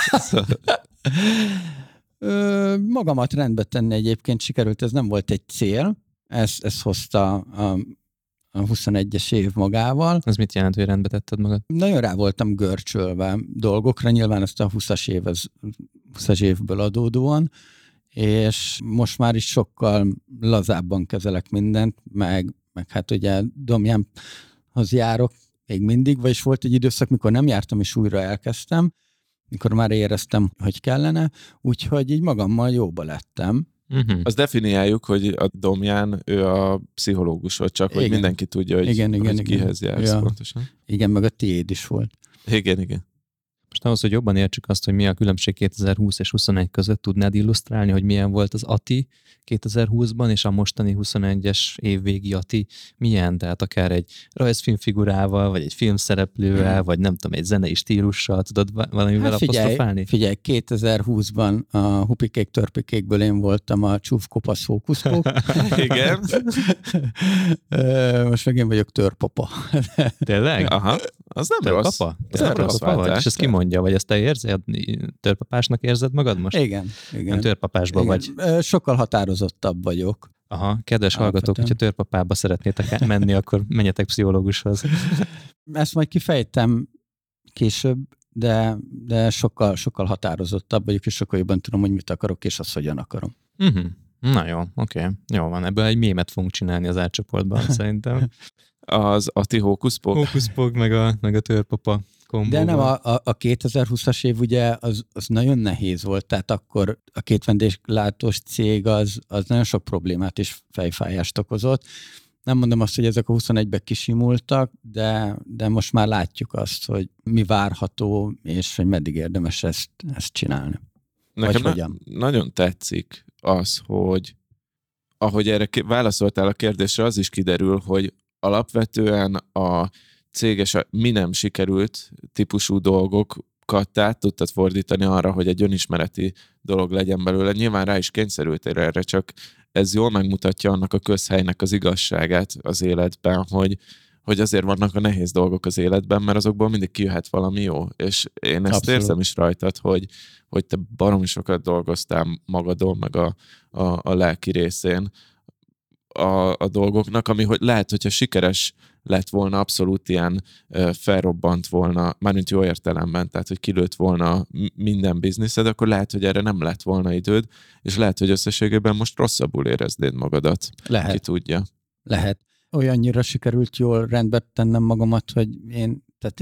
Magamat rendbe tenni egyébként sikerült, ez nem volt egy cél, ez hozta a 21-es év magával. Ez mit jelent, hogy rendbe tetted magad? Nagyon rá voltam görcsölve dolgokra, nyilván ezt a 20-as évből adódóan, és most már is sokkal lazábban kezelek mindent, meg hát ugye Domjánhoz járok még mindig, vagyis volt egy időszak, mikor nem jártam, és újra elkezdtem, mikor már éreztem, hogy kellene, úgyhogy így magammal jóba lettem. Uh-huh. Azt definiáljuk, hogy a Domján ő a pszichológus volt, csak igen. Hogy mindenki tudja, hogy, hogy kihez jársz pontosan. Igen, meg a tiéd is volt. Igen. Most ahhoz, hogy jobban értsük azt, hogy mi a különbség 2020 és 21 között, tudnád illusztrálni, hogy milyen volt az Ati 2020-ban, és a mostani 21-es évvégi Ati milyen? Tehát akár egy rajzfilmfigurával, vagy egy filmszereplővel, vagy nem tudom, egy zenei stílussal, tudod valamivel apostrofálni? Figyelj, 2020-ban a Hupikék Törpikékből én voltam a Csúf Kopasz Hókuszpók. Igen. Most meg én vagyok Törpapa. Tényleg? Aha. Az nem rossz. Az nem rossz vagy, és ezt kimondja, vagy ezt te érzed? Törpapásnak érzed magad most? Igen. Nem törpapásban vagy? Sokkal határozottabb vagyok. Aha, kedves hallgatók, hogyha törpapába szeretnétek menni, akkor menjetek pszichológushoz. Ezt majd kifejtem később, de sokkal határozottabb vagyok, és sokkal jobban tudom, hogy mit akarok, és azt hogyan akarom. Uh-huh. Na jó, oké. Jó van, ebből egy mémet fogunk csinálni az átcsoportban, szerintem. Az Ati Hókuszpók? Hókuszpók, meg a törpapa kombóban. De nem, a 2020-as év ugye az nagyon nehéz volt, tehát akkor a két vendéglátós cég az nagyon sok problémát és fejfájást okozott. Nem mondom azt, hogy ezek a 21-ben kisimultak, de most már látjuk azt, hogy mi várható, és hogy meddig érdemes ezt csinálni. Nekem nagyon tetszik az, hogy ahogy erre válaszoltál a kérdésre, az is kiderül, hogy alapvetően a céges, mi nem sikerült típusú dolgokat át tudtad fordítani arra, hogy egy önismereti dolog legyen belőle. Nyilván rá is kényszerültél erre, csak ez jól megmutatja annak a közhelynek az igazságát az életben, hogy azért vannak a nehéz dolgok az életben, mert azokból mindig kijöhet valami jó. És én ezt Abszolút. érzem is rajtad, hogy te baromi sokat dolgoztál magadon, meg a lelki részén a dolgoknak, ami hogy lehet, hogyha sikeres lett volna, abszolút ilyen felrobbant volna, mármint jó értelemben, tehát hogy kilőtt volna minden bizniszed, akkor lehet, hogy erre nem lett volna időd, és lehet, hogy összességében most rosszabbul éreznéd magadat. Lehet. Ki tudja. Lehet. Olyannyira sikerült jól rendbe tennem magamat, hogy én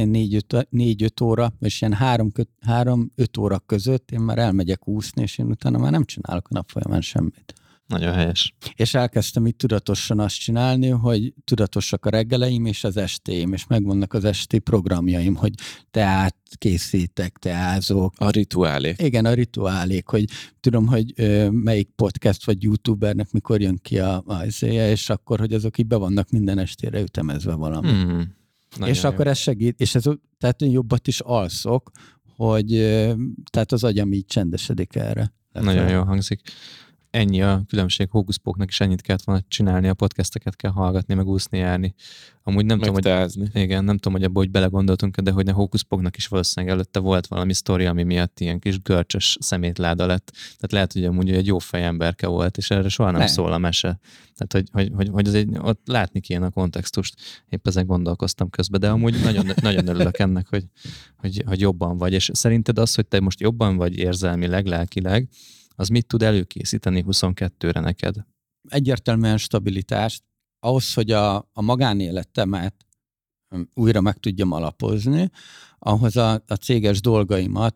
4-5 óra, és ilyen 3-5 óra között én már elmegyek úszni, és én utána már nem csinálok a nap folyamán semmit. Nagyon helyes. És elkezdtem itt tudatosan azt csinálni, hogy tudatosak a reggeleim és az estéim, és megvannak az esti programjaim, hogy teát készítek, teázok. A rituálék. Igen, a rituálék, hogy tudom, hogy melyik podcast vagy youtubernek mikor jön ki az éje, és akkor, hogy azok így be vannak minden estére ütemezve valami. És akkor ez segít, és ez, tehát jobbat is alszok, hogy tehát az agyam így csendesedik erre. Nagyon jól hangzik. Ennyi a különbség, hókuszpóknak is ennyit kellett volna csinálni, a podcasteket kell hallgatni, meg úszni, járni. Amúgy nem tudom, hogy, igen, nem tudom, hogy abba, hogy belegondoltunk, de hogy a hókuszpóknak is valószínűleg előtte volt valami sztori, ami miatt ilyen kis görcsös szemétláda lett. Tehát lehet, hogy amúgy egy jó fejemberke volt, és erre soha nem szól a mese. Tehát, hogy az ott látni kéne a kontextust. Épp ezen gondolkoztam közben, de amúgy nagyon, nagyon örülök ennek, hogy jobban vagy. És szerinted az, hogy te most jobban vagy érzelmileg, lelkileg, az mit tud előkészíteni 22-re neked? Egyértelműen stabilitást. Ahhoz, hogy a magánéletemet újra meg tudjam alapozni, ahhoz a céges dolgaimat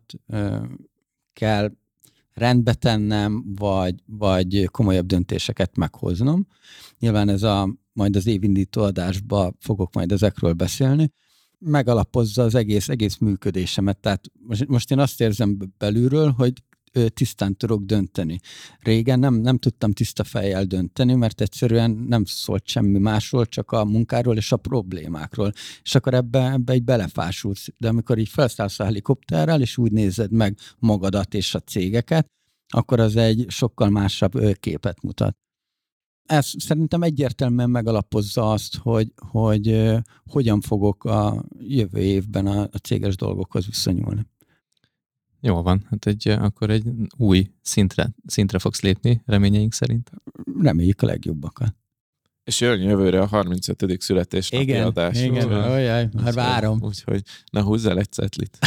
kell rendbe tennem, vagy komolyabb döntéseket meghoznom. Nyilván ez majd az évindító adásba fogok majd ezekről beszélni. Megalapozza az egész működésemet. Tehát most én azt érzem belülről, hogy tisztán tudok dönteni. Régen nem tudtam tiszta fejjel dönteni, mert egyszerűen nem szólt semmi másról, csak a munkáról és a problémákról. És akkor ebbe így belefásulsz. De amikor így felszállsz a helikopterrel, és úgy nézed meg magadat és a cégeket, akkor az egy sokkal másabb képet mutat. Ez szerintem egyértelműen megalapozza azt, hogy hogyan fogok a jövő évben a céges dolgokhoz viszonyulni. Jól van, hát akkor egy új szintre fogsz lépni, reményeink Reméljük a legjobbakat. És jön jövőre a 35. születésnapi adás. Igen, olyaj, már várom. Úgyhogy na húzzál egy cetlit.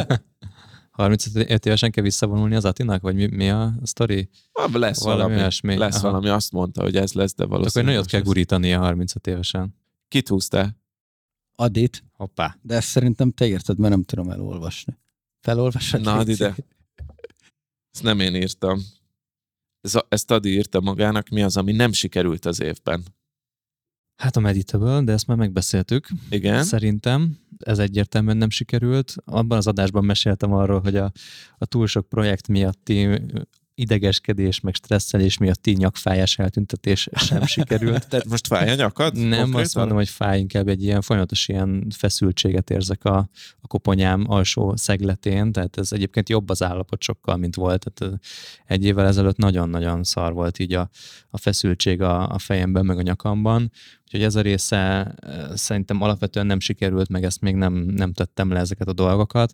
35 évesen kell visszavonulni az Attinak, vagy mi a sztori? Lesz valami, azt mondta, hogy ez lesz, de valószínűleg. Akkor nagyot kell gurítani a 35 évesen. Kit húztál? Adit. Hoppá. De ezt szerintem te írtad, mert nem tudom elolvasni. Felolvasod? Na, ide. Ezt nem én írtam. Ezt Adi írta magának, mi az, ami nem sikerült az évben. Hát a Meditable, de ezt már megbeszéltük. Igen. Szerintem ez egyértelműen nem sikerült. Abban az adásban meséltem arról, hogy a túl sok projekt miatti idegeskedés, meg stresszelés miatti nyakfájás eltüntetés sem sikerült. Tehát most fáj a nyakad? Nem, konkrétan? Azt mondom, hogy fáj, inkább egy ilyen folyamatos ilyen feszültséget érzek a koponyám alsó szegletén, tehát ez egyébként jobb az állapot sokkal, mint volt. Tehát egy évvel ezelőtt nagyon-nagyon szar volt így a feszültség a fejemben, meg a nyakamban. Úgyhogy ez a része szerintem alapvetően nem sikerült, meg ezt még nem tettem le ezeket a dolgokat.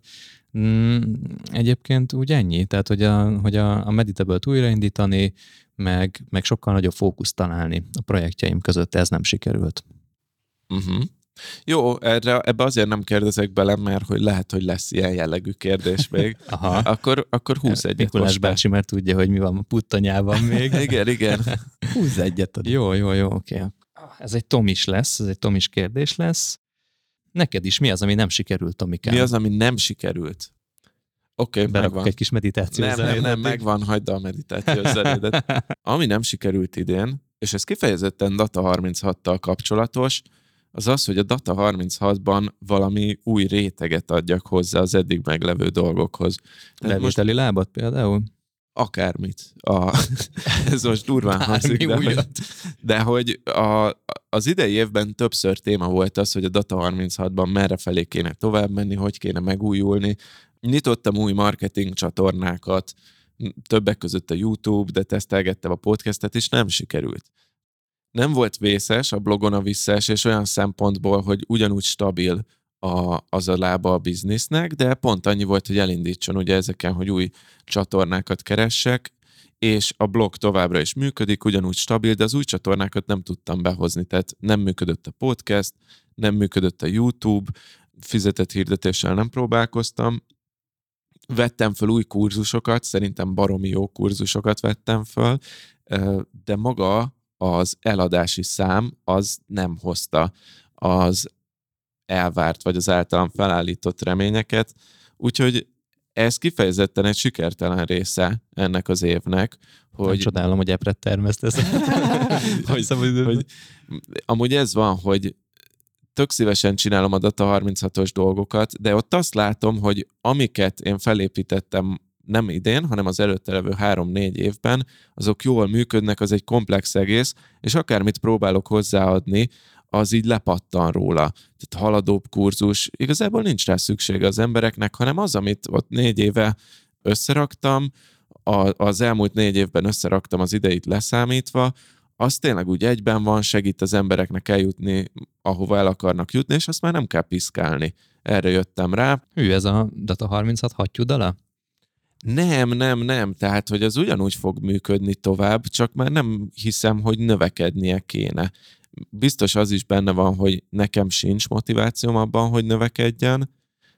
Egyébként úgy ennyi, tehát hogy a Meditable-t újraindítani, meg sokkal nagyobb fókuszt találni a projektjeim között, ez nem sikerült. Uh-huh. Jó, ebbe azért nem kérdezek bele, mert hogy lehet, hogy lesz ilyen jellegű kérdés még. Aha. Akkor húzz egyet. Mikulás bácsi, mert tudja, hogy mi van a puttanyában még. Igen. Húzz egyet. Jó, oké. Ez egy Tomis lesz, ez egy Tomis kérdés lesz. Neked is mi az, ami nem sikerült, Tomikám? Mi az, ami nem sikerült? Oké, megvan. Egy kis meditáció zenédet. Nem, megvan, hagyd a meditáció zenédet. Ami nem sikerült idén, és ez kifejezetten Data 36-tal kapcsolatos, az az, hogy a Data 36-ban valami új réteget adjak hozzá az eddig meglevő dolgokhoz. Levételi lábat például? Akármit. Ez most durván hangzik, de hogy az idei évben többször téma volt az, hogy a Data 36-ban merre felé kéne tovább menni, hogy kéne megújulni. Nyitottam új marketing csatornákat, többek között a YouTube, de tesztelgettem a podcastet, és nem sikerült. Nem volt vészes a blogon a visszaesés olyan szempontból, hogy ugyanúgy stabil az a lába a biznisznek, de pont annyi volt, hogy elindítson ugye ezeken, hogy új csatornákat keressek, és a blog továbbra is működik, ugyanúgy stabil, de az új csatornákat nem tudtam behozni, tehát nem működött a podcast, nem működött a YouTube, fizetett hirdetéssel nem próbálkoztam. Vettem föl új kurzusokat, szerintem baromi jó kurzusokat vettem föl, de maga az eladási szám az nem hozta az elvárt, vagy az általam felállított reményeket. Úgyhogy ez kifejezetten egy sikertelen része ennek az évnek. Hogy... Csodálom, hogy epret termesztesz. hogy amúgy ez van, hogy tök szívesen csinálom a Data 36-os dolgokat, de ott azt látom, hogy amiket én felépítettem nem idén, hanem az előtte levő 3-4 évben, azok jól működnek, az egy komplex egész, és akármit próbálok hozzáadni, az így lepattan róla. Tehát haladóbb kurzus, igazából nincs rá szüksége az embereknek, hanem az, amit ott 4 éve összeraktam, az elmúlt 4 évben összeraktam az ideit leszámítva, az tényleg úgy egyben van, segít az embereknek eljutni, ahova el akarnak jutni, és azt már nem kell piszkálni. Erre jöttem rá. Ez a Data 36 hattyúdala? Nem. Tehát, hogy az ugyanúgy fog működni tovább, csak már nem hiszem, hogy növekednie kéne. Biztos az is benne van, hogy nekem sincs motivációm abban, hogy növekedjen,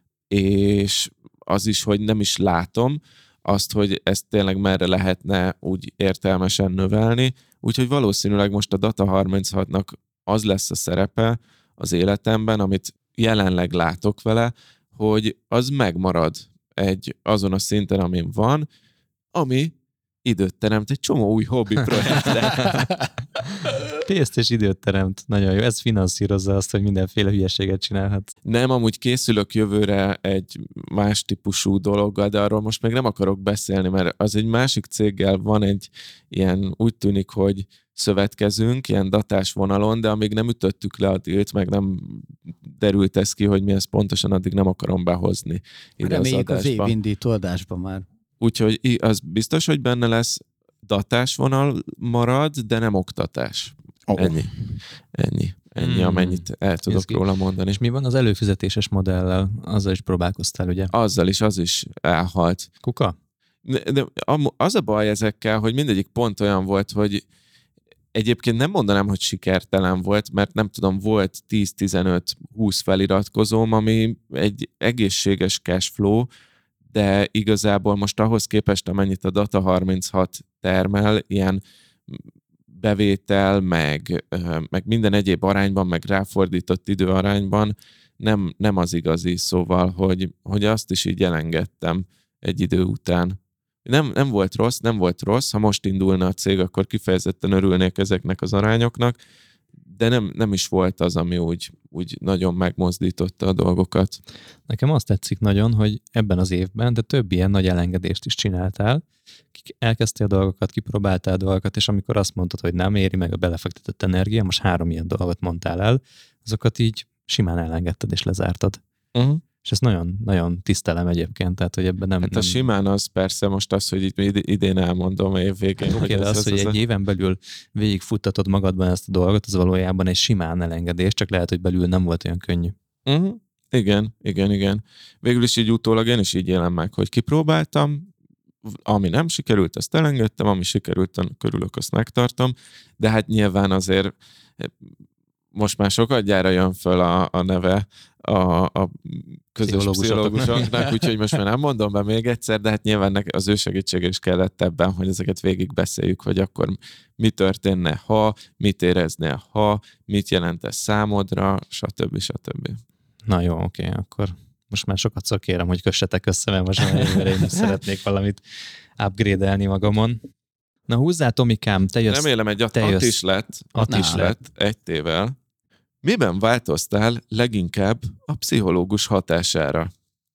és az is, hogy nem is látom azt, hogy ezt tényleg merre lehetne úgy értelmesen növelni. Úgyhogy valószínűleg most a Data 36-nak az lesz a szerepe az életemben, amit jelenleg látok vele, hogy az megmarad azon a szinten, amin van, ami időt teremt egy csomó új hobbi projektre. Pénzt és időt teremt. Nagyon jó. Ez finanszírozza azt, hogy mindenféle hülyeséget csinálhat. Nem, amúgy készülök jövőre egy más típusú dologgal, de arról most még nem akarok beszélni, mert az egy másik céggel van egy ilyen, úgy tűnik, hogy szövetkezünk, ilyen datás vonalon, de amíg nem ütöttük le a dílt, meg nem derült ez ki, hogy mi ez pontosan, addig nem akarom behozni ide az adásba. Az évindító adásban már. Úgyhogy az biztos, hogy benne lesz, datás vonal marad, de nem oktatás. Ennyi, amennyit el tudok róla mondani. És mi van az előfizetéses modellel? Azzal is próbálkoztál, ugye? Azzal is, az is elhalt. Kuka? De az a baj ezekkel, hogy mindegyik pont olyan volt, hogy egyébként nem mondanám, hogy sikertelen volt, mert nem tudom, volt 10-15-20 feliratkozóm, ami egy egészséges cashflow, de igazából most ahhoz képest, amennyit a Data 36 termel, ilyen bevétel, meg minden egyéb arányban, meg ráfordított idő arányban nem az igazi, szóval, hogy azt is így elengedtem egy idő után. Nem volt rossz, ha most indulna a cég, akkor kifejezetten örülnék ezeknek az arányoknak, de nem is volt az, ami úgy nagyon megmozdította a dolgokat. Nekem azt tetszik nagyon, hogy ebben az évben, de több ilyen nagy elengedést is csináltál, elkezdtél a dolgokat, kipróbáltál a dolgokat, és amikor azt mondtad, hogy nem éri meg a belefektetett energia, most 3 ilyen dolgot mondtál el, azokat így simán elengedted és lezártad. Uh-huh. És ezt nagyon, nagyon tisztelem egyébként, tehát hogy ebben nem... Hát a simán az persze most az, hogy idén elmondom év végén. Oké, de az, hogy egy éven belül végigfuttatod magadban ezt a dolgot, az valójában egy simán elengedés, csak lehet, hogy belül nem volt olyan könnyű. Uh-huh. Igen. Végül is így utólag én is így élem meg, hogy kipróbáltam, ami nem sikerült, azt elengedtem, ami sikerült, körülök, azt megtartom, de hát nyilván azért most már sokadjára jön föl a neve a közös pszichológusoknak, úgyhogy most már nem mondom be még egyszer, de hát nyilván az ő segítsége is kellett ebben, hogy ezeket végigbeszéljük, hogy akkor mi történne, ha, mit éreznél, ha, mit jelent ez számodra, stb. Na jó, oké, akkor most már sokat kérem, hogy kössetek össze, mert most már én is szeretnék valamit upgrade-elni magamon. Na húzzál, Tomikám, te jössz. Remélem egy at is lett egy tével. Miben változtál leginkább a pszichológus hatására?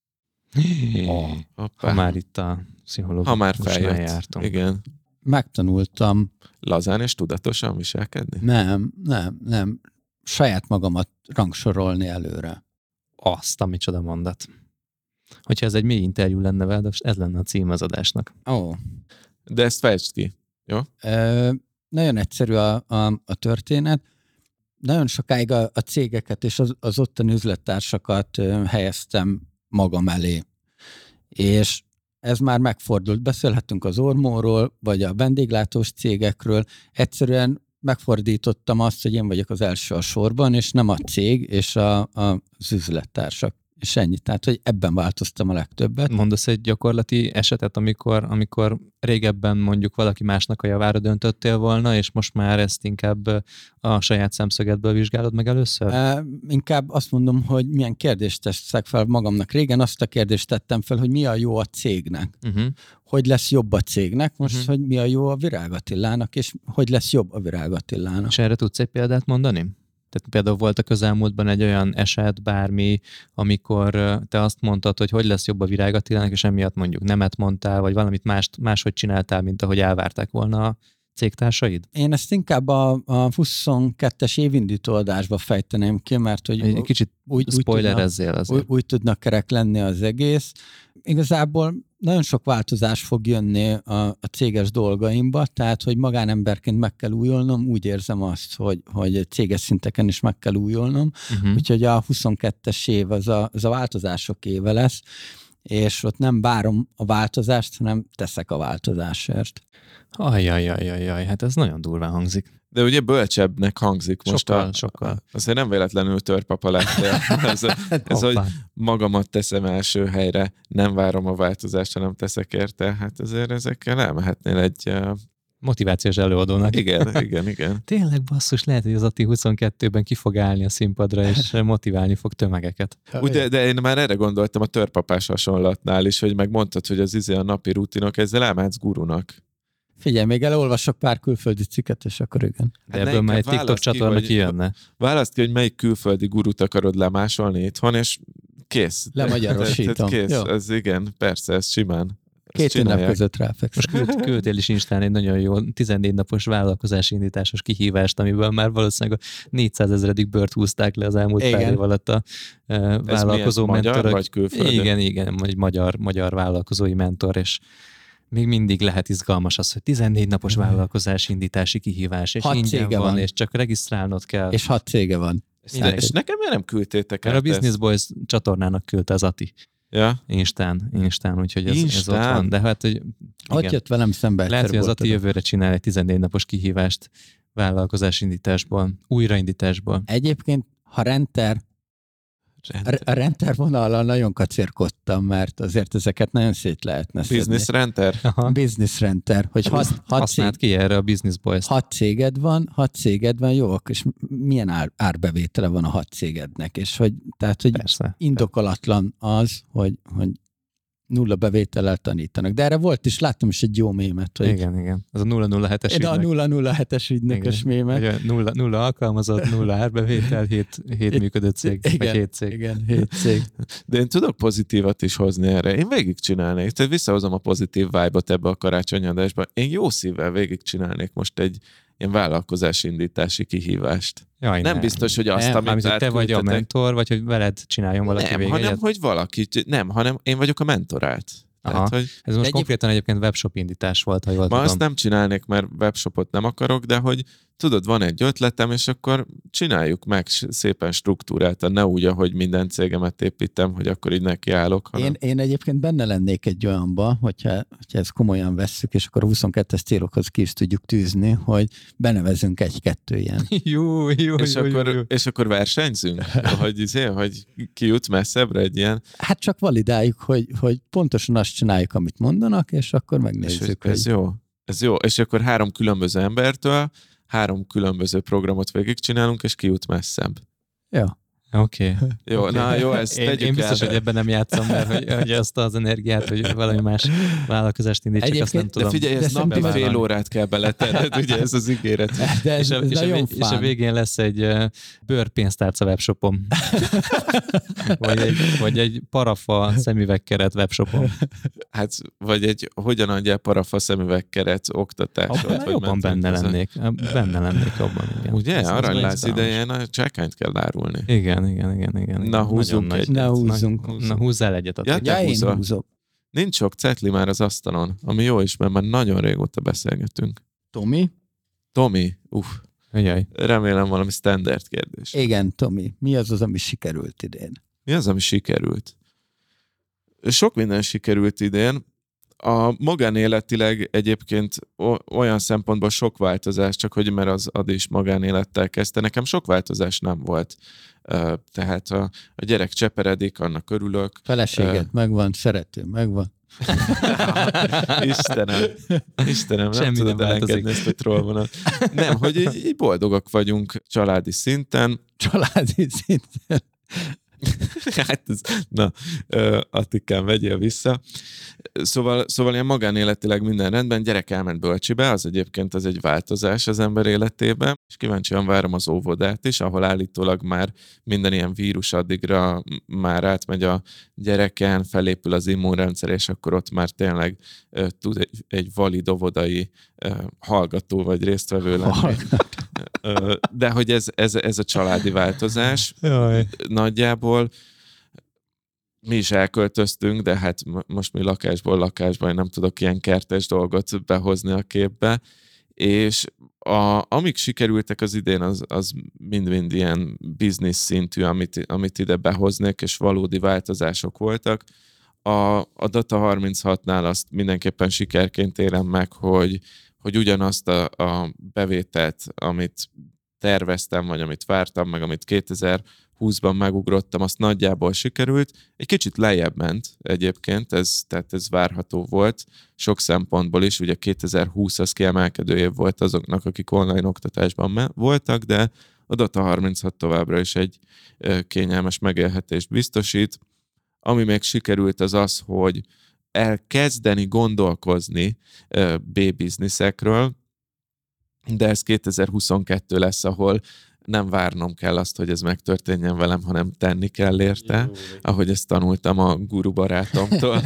Ha már itt a pszichológus. Ha már feljött. Igen. Megtanultam. Lazán és tudatosan viselkedni? Nem. Saját magamat rangsorolni előre. Azt, ami csoda mondat. Hogyha ez egy mély interjú lenne veled, ez lenne a cím az adásnak. De ezt fejtsd ki, jó? Nagyon egyszerű a történet. Nagyon sokáig a cégeket és az ottani üzlettársakat helyeztem magam elé. És ez már megfordult. Beszélhetünk az Ormóról, vagy a vendéglátós cégekről. Egyszerűen megfordítottam azt, hogy én vagyok az első a sorban, és nem a cég, és az üzlettársak. És ennyi. Tehát, hogy ebben változtam a legtöbbet. Mondasz egy gyakorlati esetet, amikor régebben mondjuk valaki másnak a javára döntöttél volna, és most már ezt inkább a saját szemszögedből vizsgálod meg először? Inkább azt mondom, hogy milyen kérdést teszek fel magamnak. Régen azt a kérdést tettem fel, hogy mi a jó a cégnek. Hogy lesz jobb a cégnek, most, hogy mi a jó a Virág Attilának, és hogy lesz jobb a Virág Attilának. És erre tudsz egy példát mondani? Tehát például volt a közelmúltban egy olyan eset, bármi, amikor te azt mondtad, hogy lesz jobb a Virág Attilának, és emiatt mondjuk nemet mondtál, vagy valamit máshogy csináltál, mint ahogy elvárták volna a cégtársaid? Én ezt inkább a 22-es évindító adásba fejteném ki, mert hogy egy kicsit spoilerezzél azért. Úgy tudnak kerek lenni az egész. Igazából nagyon sok változás fog jönni a céges dolgaimba, tehát, hogy magánemberként meg kell újulnom, úgy érzem azt, hogy céges szinteken is meg kell újulnom, úgyhogy a 22-es év az a változások éve lesz, és ott nem várom a változást, hanem teszek a változásért. Ajjajajajaj, hát ez nagyon durván hangzik. De ugye bölcsebbnek hangzik most. Sokkal. Azért nem véletlenül törpapa lettél. Ez hogy magamat teszem első helyre, nem várom a változást, hanem teszek érte. Hát azért ezekkel elmehetnél egy... motivációs előadónak. Igen. Tényleg basszus, lehet, hogy az Atti 22-ben ki fog állni a színpadra, és motiválni fog tömegeket. Ugye, de én már erre gondoltam a törpapás hasonlatnál is, hogy megmondtad, hogy az a napi rutinok, ezzel elmehetsz gurunak. Figyelj, még elolvasok pár külföldi cikket, és akkor igen. De ebből már egy TikTok csatorna kijönne. Válaszd ki, hogy melyik külföldi gurut akarod lemásolni itthon, és kész. Lemagyarosítom. Kész, ez igen, persze, ez simán. 2 nap között ráfekszem. Most küldtél is Instán egy nagyon jó 14 napos vállalkozási indításos kihívást, amiből már valószínűleg a 400 000. bört húzták le az elmúlt pár év alatt a vállalkozó mentorok. Magyar vagy külföldi? Igen, egy magyar vállalkozói mentor, és még mindig lehet izgalmas az, hogy 14 napos vállalkozási indítási kihívás, és ingyen van, és csak regisztrálnod kell. És 6 cége van. És nekem miért nem küldtétek el? A Business Boys csatornának küldte az Ati. Ja. Instán, úgyhogy ez ott van. De hát, hogy ott jött velem szembe. Lehet, hogy az Ati jövőre csinál egy 14 napos kihívást vállalkozásindításból, újraindításból. Egyébként, ha a renter vonallal nagyon kacérkodtam, mert azért ezeket nagyon szét lehetne szedni. Business renter? Business renter. Hogy használd ki erre a Business Boys-t. 6 céged van, jó, és milyen árbevétele van a 6 cégednek, és hogy Persze. indokolatlan az, hogy nulla bevétellel tanítanak. De erre volt is, láttam is egy jó mémet. Hogy igen. Az a 007-es ügynök. A 007-es ügynökös mémet. Nulla alkalmazott, nulla árbevétel, 7 működő cég, vagy 7 cég. Igen, 7 cég. De én tudok pozitívat is hozni erre. Én végigcsinálnék. Tehát visszahozom a pozitív vibe-ot ebbe a karácsonyadásba. Én jó szívvel végigcsinálnék most egy ilyen vállalkozásindítási kihívást. Jaj, nem biztos, hogy azt, amit te vagy a mentor, vagy hogy veled csináljon valaki nem, végig. hanem, hogy valaki, nem, hanem én vagyok a mentorált. Tehát, hogy ez most konkrétan egyébként webshop indítás volt, ha jól tudom. Azt nem csinálnék, mert webshopot nem akarok, de hogy tudod, van egy ötletem, és akkor csináljuk meg szépen struktúráltan, ne úgy, ahogy minden cégemet építem, hogy akkor így nekiállok. Hanem... Én egyébként benne lennék egy olyanba, hogyha ezt komolyan vesszük, és akkor a 22-es célokhoz ki is tudjuk tűzni, hogy benevezünk 1-2 ilyen. Jó. És akkor versenyzünk? hogy ki jut messzebbre egy ilyen? Hát csak validáljuk, hogy pontosan azt csináljuk, amit mondanak, és akkor megnézzük. És ez jó. És akkor 3 különböző embertől 3 különböző programot végigcsinálunk, és ki jut messzebb. Ja. Oké. Jó, ezt tegyük én biztos, el. hogy ebben nem játszom, mert hogy azt az energiát, hogy valami más vállalkozást indítsak, azt nem tudom. De figyelj, ez napi fél órát kell beletenned, ugye ez az ígéret. De és a végén lesz egy bőrpénztárca webshopom. vagy egy parafa szemüvegkeret webshopom. Hát, vagy egy hogyan adjál parafa szemüvegkeret oktatásot. Jobban benne lennék jobban. Igen. Ugye? Aranyláz idején a csákányt kell árulni. Igen. Na, húzzunk egyet. Na, húzzál egyet. Én húzom. Nincs sok cetli már az asztalon, ami jó is, mert már nagyon régóta beszélgetünk. Tomi? Jaj. Remélem valami standard kérdés. Igen, Tomi. Mi az, ami sikerült idén? Mi az, ami sikerült? Sok minden sikerült idén. A magánéletileg egyébként olyan szempontból sok változás, csak hogy mert az Adi is magánélettel kezdte, nekem sok változás nem volt. Tehát a gyerek cseperedik, annak örülök. Feleséget megvan, szerető megvan. Istenem, Semmi nem tudod nem elengedni ezt a trollvonat. Nem, hogy így boldogak vagyunk családi szinten. Családi szinten. Hát ez, na, Attikán, vegyél vissza. Szóval ilyen magánéletileg minden rendben, gyerek elment bölcsibe, az egyébként az egy változás az ember életében, és kíváncsian várom az óvodát is, ahol állítólag már minden ilyen vírus addigra már átmegy a gyereken, felépül az immunrendszer, és akkor ott már tényleg tud egy valid óvodai hallgató vagy résztvevő lenni. De hogy ez a családi változás. Jaj. Nagyjából mi is elköltöztünk, de hát most mi lakásba, én nem tudok ilyen kertes dolgot behozni a képbe, és amik sikerültek az idén, az mind-mind ilyen biznisz szintű, amit ide behoznék, és valódi változások voltak. A Data 36-nál azt mindenképpen sikerként élem meg, hogy ugyanazt a bevételt, amit terveztem, vagy amit vártam, meg amit 2020-ban megugrottam, azt nagyjából sikerült. Egy kicsit lejjebb ment egyébként, tehát ez várható volt sok szempontból is. Ugye 2020 az kiemelkedő év volt azoknak, akik online oktatásban voltak, de a Data 36 továbbra is egy kényelmes megélhetést biztosít. Ami még sikerült az, hogy elkezdeni gondolkozni B-bizniszekről, de ez 2022 lesz, ahol nem várnom kell azt, hogy ez megtörténjen velem, hanem tenni kell érte, ahogy ezt tanultam a guru barátomtól.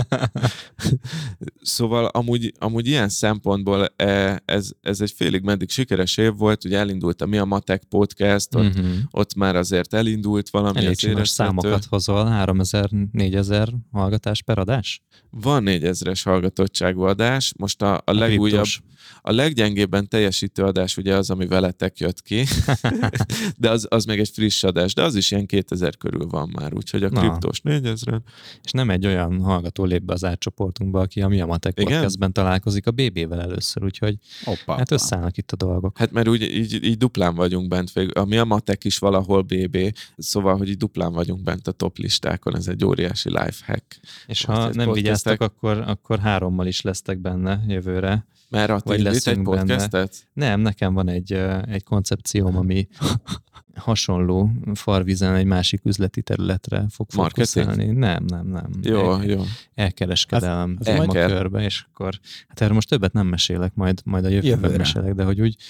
Szóval amúgy ilyen szempontból ez egy félig meddig sikeres év volt, ugye elindult a Mi a Matek podcast, ott már azért elindult valami. Elég csinos számokat hozol, 3000-4000 hallgatás per adás? Van 4000-es hallgatottságú adás, most a legújabb, a leggyengébben teljesítő adás ugye az, ami veletek jött ki, de az még egy friss adás, de az is ilyen 2000 körül van már, úgyhogy a kriptós 4000-en. És nem egy olyan hallgató lép be az átcsoportunkba, aki a Mi a Matek podcastben találkozik a BB-vel először, úgyhogy hát összeállnak itt a dolgok. Hát mert úgy így duplán vagyunk bent, a Mi a Matek is valahol BB, szóval, hogy így duplán vagyunk bent a top listákon, ez egy óriási lifehack. És ha nem vigyáztok, akkor 3-mal is lesztek benne jövőre. Mert Attila vitt egy podcastet? Nem, nekem van egy koncepcióm, ami hasonló farvizen egy másik üzleti területre fog fókuszálni. Nem. Jó. Elkereskedelem témakörbe, és akkor hát erről most többet nem mesélek, majd a jövőben mesélek, de hogy úgy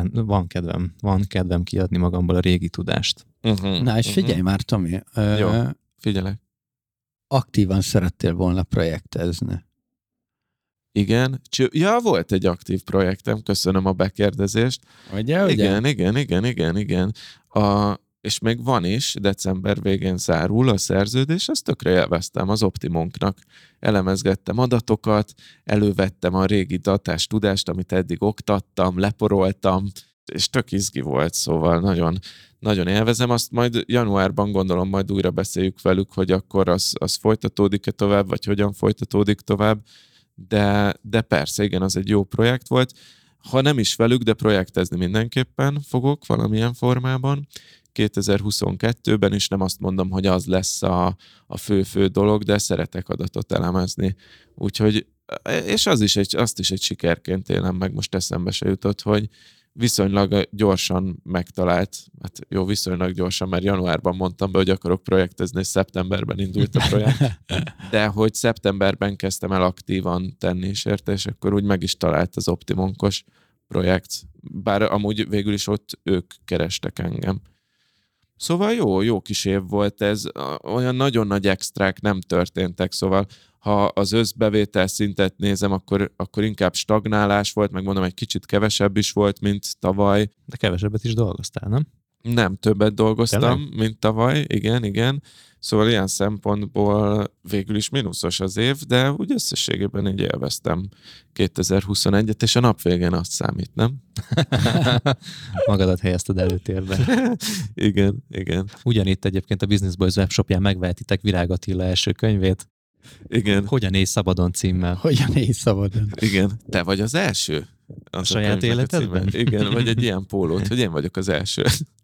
van kedvem kiadni magamból a régi tudást. Na és figyelj már, Tomi. Jó, figyelek. Aktívan szerettél volna projektezni. Igen. Volt egy aktív projektem, köszönöm a bekérdezést. Ugye? Igen. És még van is, december végén zárul a szerződés, ezt tökre élveztem az Optimunknak. Elemezgettem adatokat, elővettem a régi datás tudást, amit eddig oktattam, leporoltam, és tök izgi volt, szóval nagyon, nagyon élvezem. Azt majd januárban gondolom, majd újra beszéljük velük, hogy akkor az folytatódik-e tovább, vagy hogyan folytatódik tovább. De persze, igen, az egy jó projekt volt. Ha nem is velük, de projektezni mindenképpen fogok valamilyen formában. 2022-ben is nem azt mondom, hogy az lesz a fő dolog, de szeretek adatot elemezni. Úgyhogy, és azt is egy sikerként élem meg, most eszembe se jutott, hogy viszonylag gyorsan megtalált, hát jó, viszonylag gyorsan, mert januárban mondtam be, hogy akarok projektezni, és szeptemberben indult a projekt, de hogy szeptemberben kezdtem el aktívan tenni is érte, és akkor úgy meg is talált az Optimunkos projekt, bár amúgy végül is ott ők kerestek engem. Szóval jó kis év volt ez, olyan nagyon nagy extrák nem történtek, szóval ha az összbevétel szintet nézem, akkor inkább stagnálás volt, meg mondom, egy kicsit kevesebb is volt, mint tavaly. De kevesebbet is dolgoztál, nem? Nem, többet dolgoztam, tényleg? Mint tavaly, igen. Szóval ilyen szempontból végül is mínuszos az év, de úgy összességében így élveztem 2021-et, és a nap végén azt számít, nem? Magadat helyezted előtérbe. Igen. Ugyanitt egyébként a Business Boys webshopján megvehetitek Virág Attila első könyvét. Igen. Hogyan élj szabadon címmel. Hogyan élj szabadon. Igen. Te vagy az első? A saját életedben? Igen, vagy egy ilyen pólót, hogy én vagyok az első.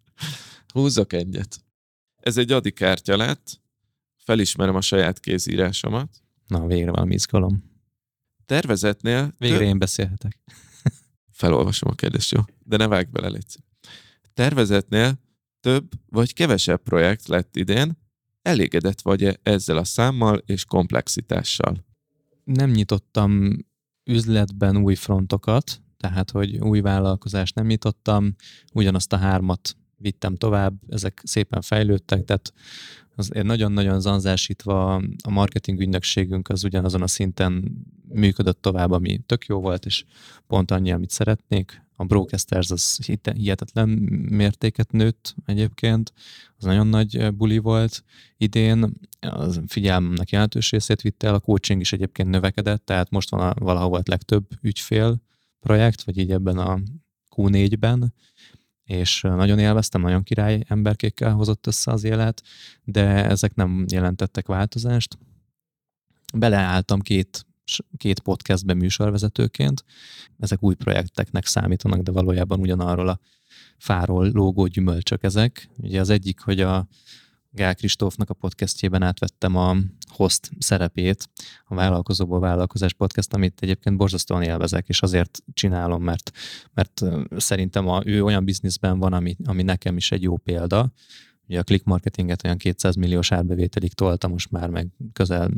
Húzzak egyet. Ez egy adikártya lett. Felismerem a saját kézírásomat. Na, végre valami izgalom. Tervezetnél... Végre én beszélhetek. Felolvasom a kérdést, jó? De ne vágj bele, légy. Tervezetnél több vagy kevesebb projekt lett idén, elégedett vagy ezzel a számmal és komplexitással? Nem nyitottam üzletben új frontokat, tehát, hogy új vállalkozást nem nyitottam, ugyanazt a 3 vittem tovább, ezek szépen fejlődtek, tehát azért nagyon-nagyon zanzásítva a marketing ügynökségünk az ugyanazon a szinten működött tovább, ami tök jó volt, és pont annyi, amit szeretnék. A Brocasters az hihetetlen mértéket nőtt egyébként, az nagyon nagy buli volt idén, az figyelmemnek jelentős részét vitte el, a coaching is egyébként növekedett, tehát most van valaha volt legtöbb ügyfél projekt, vagy így ebben a Q4-ben, és nagyon élveztem, nagyon király emberkékkel hozott össze az élet, de ezek nem jelentettek változást. Beleálltam két podcastbe műsorvezetőként. Ezek új projekteknek számítanak, de valójában ugyanarról a fáról lógó gyümölcsök ezek. Ugye az egyik, hogy a Gál Kristófnak a podcastjében átvettem a host szerepét, a Vállalkozóból Vállalkozás podcast, amit egyébként borzasztóan élvezek, és azért csinálom, mert szerintem ő olyan bizniszben van, ami nekem is egy jó példa. Ugye a click marketinget olyan 200 milliós árbevételig tolta, most már meg közel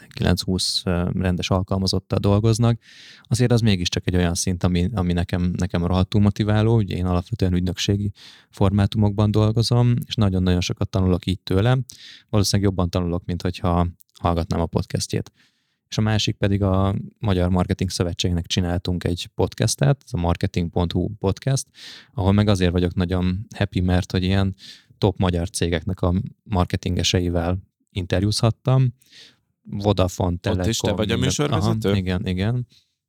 19-20 rendes alkalmazottal dolgoznak. Azért az mégiscsak egy olyan szint, ami nekem rohadtul motiváló. Ugye én alapvetően ügynökségi formátumokban dolgozom, és nagyon-nagyon sokat tanulok így tőle. Valószínűleg jobban tanulok, mint hogyha hallgatnám a podcastjét. És a másik pedig a Magyar Marketing Szövetségnek csináltunk egy podcastet, ez a marketing.hu podcast, ahol meg azért vagyok nagyon happy, mert hogy ilyen top magyar cégeknek a marketingeseivel interjúzhattam. Vodafone, Telekom. Ott is te vagy a műsorvezető? Aha, igen.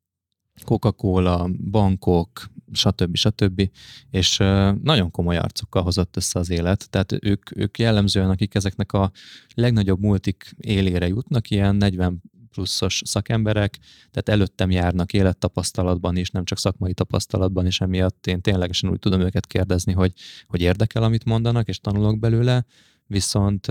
Coca-Cola, bankok, stb. És nagyon komoly arcokkal hozott össze az élet. Tehát ők jellemzően, akik ezeknek a legnagyobb multik élére jutnak, ilyen 40 pluszos szakemberek, tehát előttem járnak élettapasztalatban is, nem csak szakmai tapasztalatban, és emiatt én ténylegesen úgy tudom őket kérdezni, hogy érdekel, amit mondanak, és tanulok belőle, viszont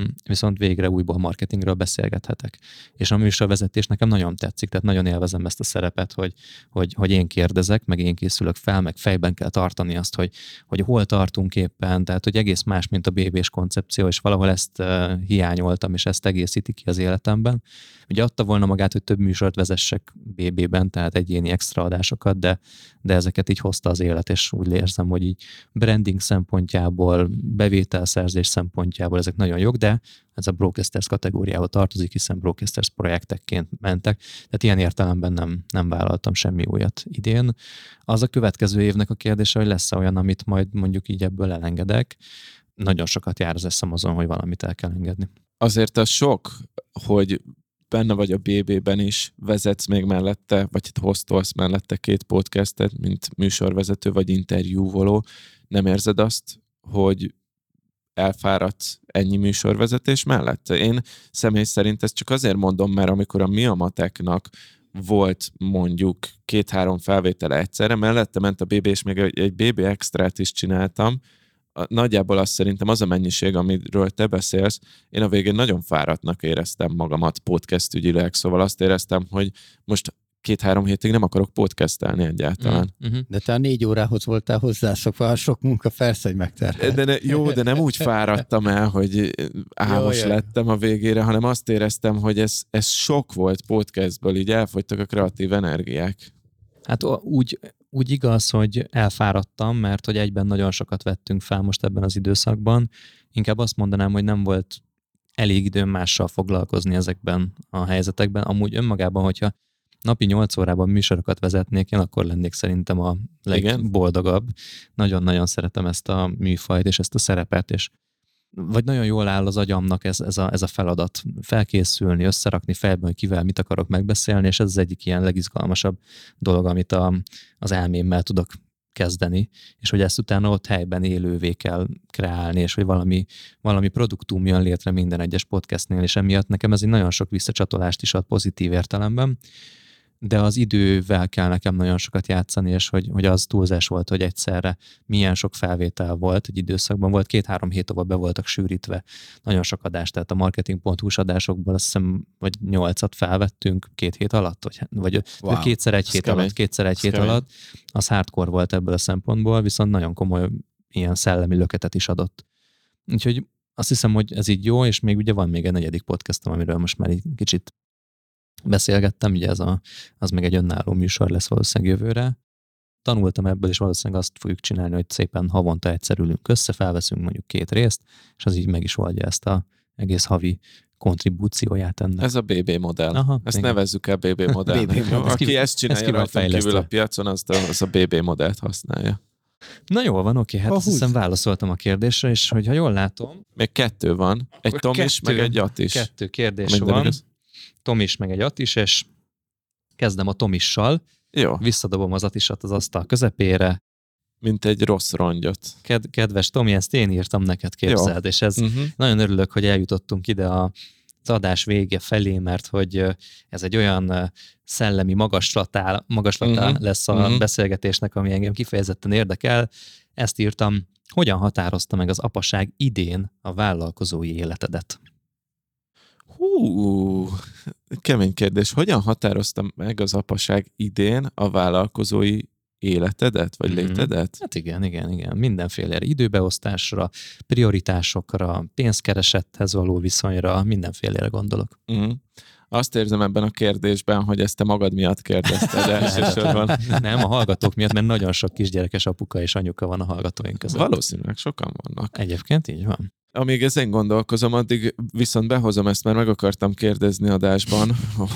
végre újból marketingről beszélgethetek. És a műsorvezetés nekem nagyon tetszik, tehát nagyon élvezem ezt a szerepet, hogy én kérdezek, meg én készülök fel, meg fejben kell tartani azt, hogy hol tartunk éppen, tehát hogy egész más, mint a BB-s koncepció, és valahol ezt hiányoltam, és ezt egészíti ki az életemben. Ugye adta volna magát, hogy több műsort vezessek BB-ben, tehát egyéni extra adásokat, de ezeket így hozta az élet, és úgy érzem, hogy így branding szempontjából, bevételszerzés szempontjából ezek nagyon jók, de ez a Brocasters kategóriába tartozik, hiszen Brocasters projektekként mentek, tehát ilyen értelemben nem vállaltam semmi újat idén. Az a következő évnek a kérdése, hogy lesz olyan, amit majd mondjuk így ebből elengedek. Nagyon sokat jár az eszem azon, hogy valamit el kell engedni. Azért az sok, hogy benne vagy a BB-ben is, vezetsz még mellette, vagy hostolsz mellette 2 podcastet, mint műsorvezető, vagy interjúvoló. Nem érzed azt, hogy elfáradsz ennyi műsorvezetés mellett? Én személy szerint ezt csak azért mondom, mert amikor a Mi a Mateknak volt mondjuk 2-3 felvétele egyszerre, mellette ment a BB, és még egy BB extrát is csináltam. Nagyjából azt szerintem az a mennyiség, amiről te beszélsz, én a végén nagyon fáradtnak éreztem magamat podcast ügyileg, szóval azt éreztem, hogy most 2-3 hétig nem akarok podcastelni egyáltalán. De te a 4 órához voltál hozzászokva, a sok munka persze, hogy megterhelt. De nem úgy fáradtam el, hogy álmos lettem a végére, hanem azt éreztem, hogy ez sok volt podcastből, így elfogytak a kreatív energiák. Hát úgy igaz, hogy elfáradtam, mert hogy egyben nagyon sokat vettünk fel most ebben az időszakban. Inkább azt mondanám, hogy nem volt elég időm mással foglalkozni ezekben a helyzetekben. Amúgy önmagában, hogyha napi 8 órában műsorokat vezetnék, én akkor lennék szerintem a legboldogabb. Nagyon-nagyon szeretem ezt a műfajt és ezt a szerepet, és vagy nagyon jól áll az agyamnak ez a feladat, felkészülni, összerakni fejben, hogy kivel mit akarok megbeszélni, és ez az egyik ilyen legizgalmasabb dolog, amit az elmémmel tudok kezdeni, és hogy ezt utána ott helyben élővé kell kreálni, és hogy valami produktum jön létre minden egyes podcastnél, és emiatt nekem ez egy nagyon sok visszacsatolást is ad pozitív értelemben, de az idővel kell nekem nagyon sokat játszani, és hogy az túlzás volt, hogy egyszerre milyen sok felvétel volt egy időszakban, volt 2-3 hét, ahol be voltak sűrítve nagyon sok adást, tehát a marketing.hu-s adásokból azt hiszem, vagy 8-at felvettünk 2 hét alatt, vagy wow. kétszer egy hét alatt, az hardcore volt ebből a szempontból, viszont nagyon komoly ilyen szellemi löketet is adott. Úgyhogy azt hiszem, hogy ez így jó, és még ugye van még egy 4. podcastom, amiről most már egy kicsit beszélgettem, ugye az még egy önálló műsor lesz valószínűleg jövőre. Tanultam ebből, és valószínűleg azt fogjuk csinálni, hogy szépen havonta egyszer ülünk össze, felveszünk mondjuk 2 részt, és az így meg is oldja ezt a egész havi kontribúcióját ennek. Ez a BB modell. Aha, ezt igen. Nevezzük el BB modellnek. Aki ezt csinálja rajtunk kívül a piacon, az a BB modellt használja. Na jól van, oké, hát azt hiszem válaszoltam a kérdésre, és hogyha jól látom... Még 2 van. Egy Tomis, meg egy Attis. 2 kérdés van. Tomis, meg egy Attis, és kezdem a Tomissal. Jó. Visszadobom az Attisat az asztal közepére. Mint egy rossz rongyot. Kedves Tomi, ezt én írtam neked, képzeld, és ez nagyon örülök, hogy eljutottunk ide az adás vége felé, mert hogy ez egy olyan szellemi magaslatá lesz a beszélgetésnek, ami engem kifejezetten érdekel. Ezt írtam, hogyan határozta meg az apaság idén a vállalkozói életedet? Kemény kérdés. Hogyan határoztam meg az apaság idén a vállalkozói életedet, vagy létedet? Hát igen. Mindenféle időbeosztásra, prioritásokra, pénzkeresethez való viszonyra, mindenfélére gondolok. Azt érzem ebben a kérdésben, hogy ezt te magad miatt kérdezted elsősorban. Nem, a hallgatók miatt, mert nagyon sok kisgyerekes apuka és anyuka van a hallgatóink között. Valószínűleg sokan vannak. Egyébként így van. Amíg ezen gondolkozom, addig viszont behozom ezt, mert meg akartam kérdezni adásban,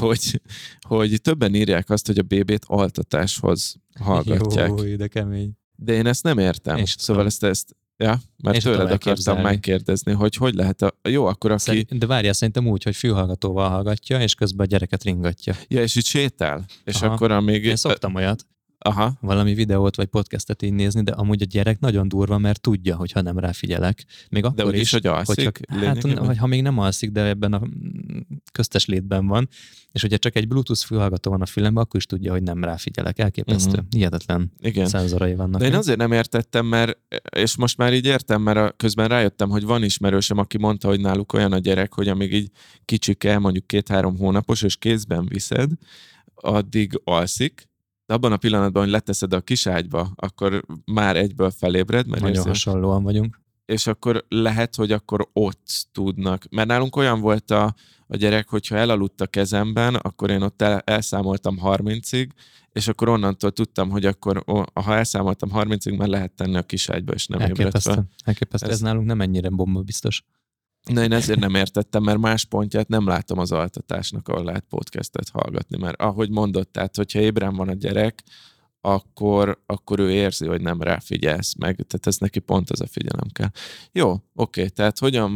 hogy többen írják azt, hogy a BB-t altatáshoz hallgatják. Jó, de kemény. De én ezt nem értem. Szóval ezt mert tőled akartam megkérdezni, hogy lehet jó, akkor aki... De várjál, szerintem úgy, hogy fülhallgatóval hallgatja, és közben a gyereket ringatja. Ja, és így sétál. És akkor amíg... Én szoktam olyat. Valami videót vagy podcastet így nézni, de amúgy a gyerek nagyon durva, mert tudja, hogyha nem ráfigyelek. Még akkor de úgyis, hogy alszik? Vagy ha még nem alszik, de ebben a köztes létben van, és hogyha csak egy Bluetooth fülhallgató van a fülemben, akkor is tudja, hogy nem ráfigyelek. Elképesztő. Hihetetlen szenzorai vannak. De én azért nem értettem, és most már így értem, mert közben rájöttem, hogy van ismerősöm, aki mondta, hogy náluk olyan a gyerek, hogy amíg így kicsike, mondjuk 2-3 hónapos, és kézben viszed, addig alszik, de abban a pillanatban, hogy leteszed a kiságyba, akkor már egyből felébred. Mert nagyon hasonlóan vagyunk. És akkor lehet, hogy akkor ott tudnak. Mert nálunk olyan volt a gyerek, hogyha elaludt a kezemben, akkor én ott elszámoltam 30-ig, és akkor onnantól tudtam, hogy akkor, ha elszámoltam 30-ig, már lehet tenni a kiságyba, és nem ébredt fel. Elképesztő. Ez nálunk nem ennyire bomba biztos. Na, én ezért nem értettem, mert más pontját nem látom az altatásnak, ahol lehet podcastet hallgatni, mert ahogy mondod, tehát hogyha ébren van a gyerek, akkor ő érzi, hogy nem ráfigyelsz meg, tehát ez neki pont az a figyelem kell. Jó, oké, tehát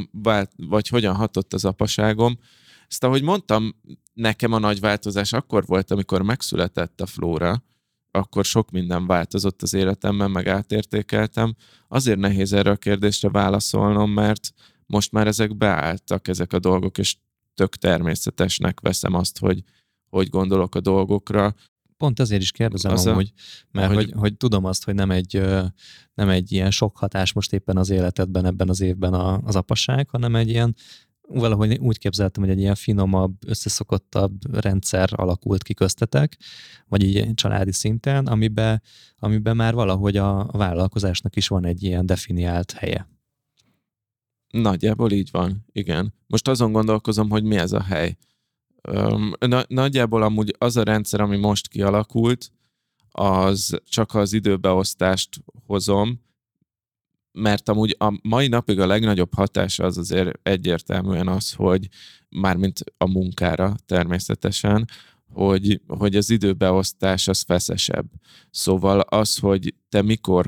hogyan hatott az apaságom? Ezt ahogy mondtam, nekem a nagy változás akkor volt, amikor megszületett a Flóra, akkor sok minden változott az életemben, meg átértékeltem. Azért nehéz erre a kérdésre válaszolnom, mert most már ezek beálltak, ezek a dolgok, és tök természetesnek veszem azt, hogy gondolok a dolgokra. Pont ezért is kérdezem amúgy, mert hogy tudom azt, hogy nem egy ilyen sok hatás most éppen az életedben, ebben az évben az apaság, hanem egy ilyen, valahogy úgy képzeltem, hogy egy ilyen finomabb, összeszokottabb rendszer alakult ki köztetek, vagy így családi szinten, amiben már valahogy a vállalkozásnak is van egy ilyen definiált helye. Nagyjából így van, igen. Most azon gondolkozom, hogy mi ez a hely. Nagyjából amúgy az a rendszer, ami most kialakult, az csak az időbeosztást hozom, mert amúgy a mai napig a legnagyobb hatása az azért egyértelműen az, hogy mármint a munkára természetesen, hogy az időbeosztás az feszesebb. Szóval az, hogy te mikor,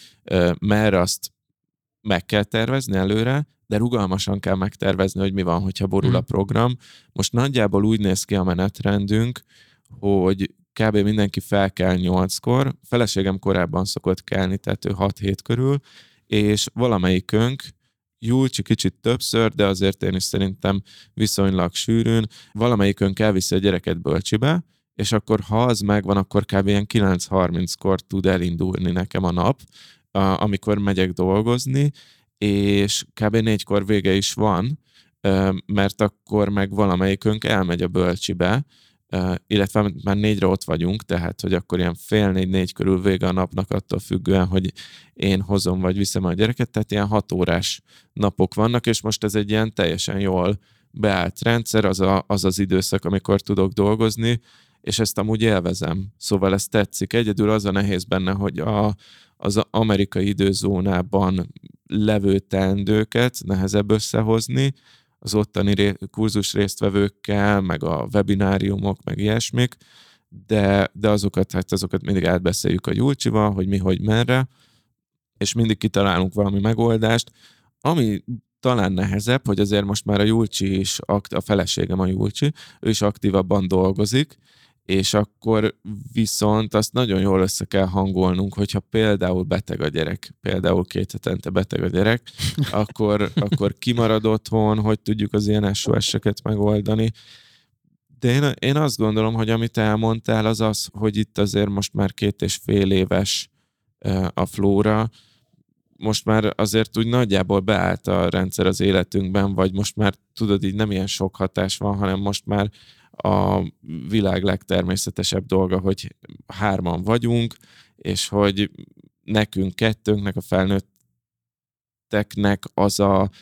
merre, azt meg kell tervezni előre, de rugalmasan kell megtervezni, hogy mi van, hogyha borul a program. Most nagyjából úgy néz ki a menetrendünk, hogy kb. Mindenki fel kell 8-kor, feleségem korábban szokott kelni, tehát ő 6-7 körül, és valamelyikünk Julcsi kicsit többször, de azért én is szerintem viszonylag sűrűn, valamelyikünk elviszi a gyereket bölcsibe, és akkor ha az megvan, akkor kb. Ilyen 9:30-kor tud elindulni nekem a nap, amikor megyek dolgozni, és kb. 4-kor vége is van, mert akkor meg valamelyikünk elmegy a bölcsibe, illetve már 4-re ott vagyunk, tehát hogy akkor ilyen 3:30-4 körül vége a napnak attól függően, hogy én hozom vagy viszem a gyereket, tehát ilyen 6 órás napok vannak, és most ez egy ilyen teljesen jól beállt rendszer, az időszak, amikor tudok dolgozni, és ezt amúgy élvezem. Szóval ez tetszik. Egyedül az a nehéz benne, hogy az amerikai időzónában levő teendőket nehezebb összehozni, az ottani kurzus résztvevőkkel, meg a webináriumok, meg ilyesmik, de azokat mindig átbeszéljük a Julcsival, hogy mi, hogy merre, és mindig kitalálunk valami megoldást, ami talán nehezebb, hogy azért most már a Julcsi is, a feleségem a Julcsi, ő is aktívabban dolgozik, és akkor viszont azt nagyon jól össze kell hangolnunk, hogyha például beteg a gyerek, például 2 hetente beteg a gyerek, akkor kimarad otthon, hogy tudjuk az ilyen SOS-eket megoldani. De én azt gondolom, hogy amit elmondtál, az, hogy itt azért most már 2,5 éves a Flóra, most már azért úgy nagyjából beállt a rendszer az életünkben, vagy most már tudod, így nem ilyen sok hatás van, hanem most már a világ legtermészetesebb dolga, hogy 3-an vagyunk, és hogy nekünk kettőnknek, a felnőtteknek az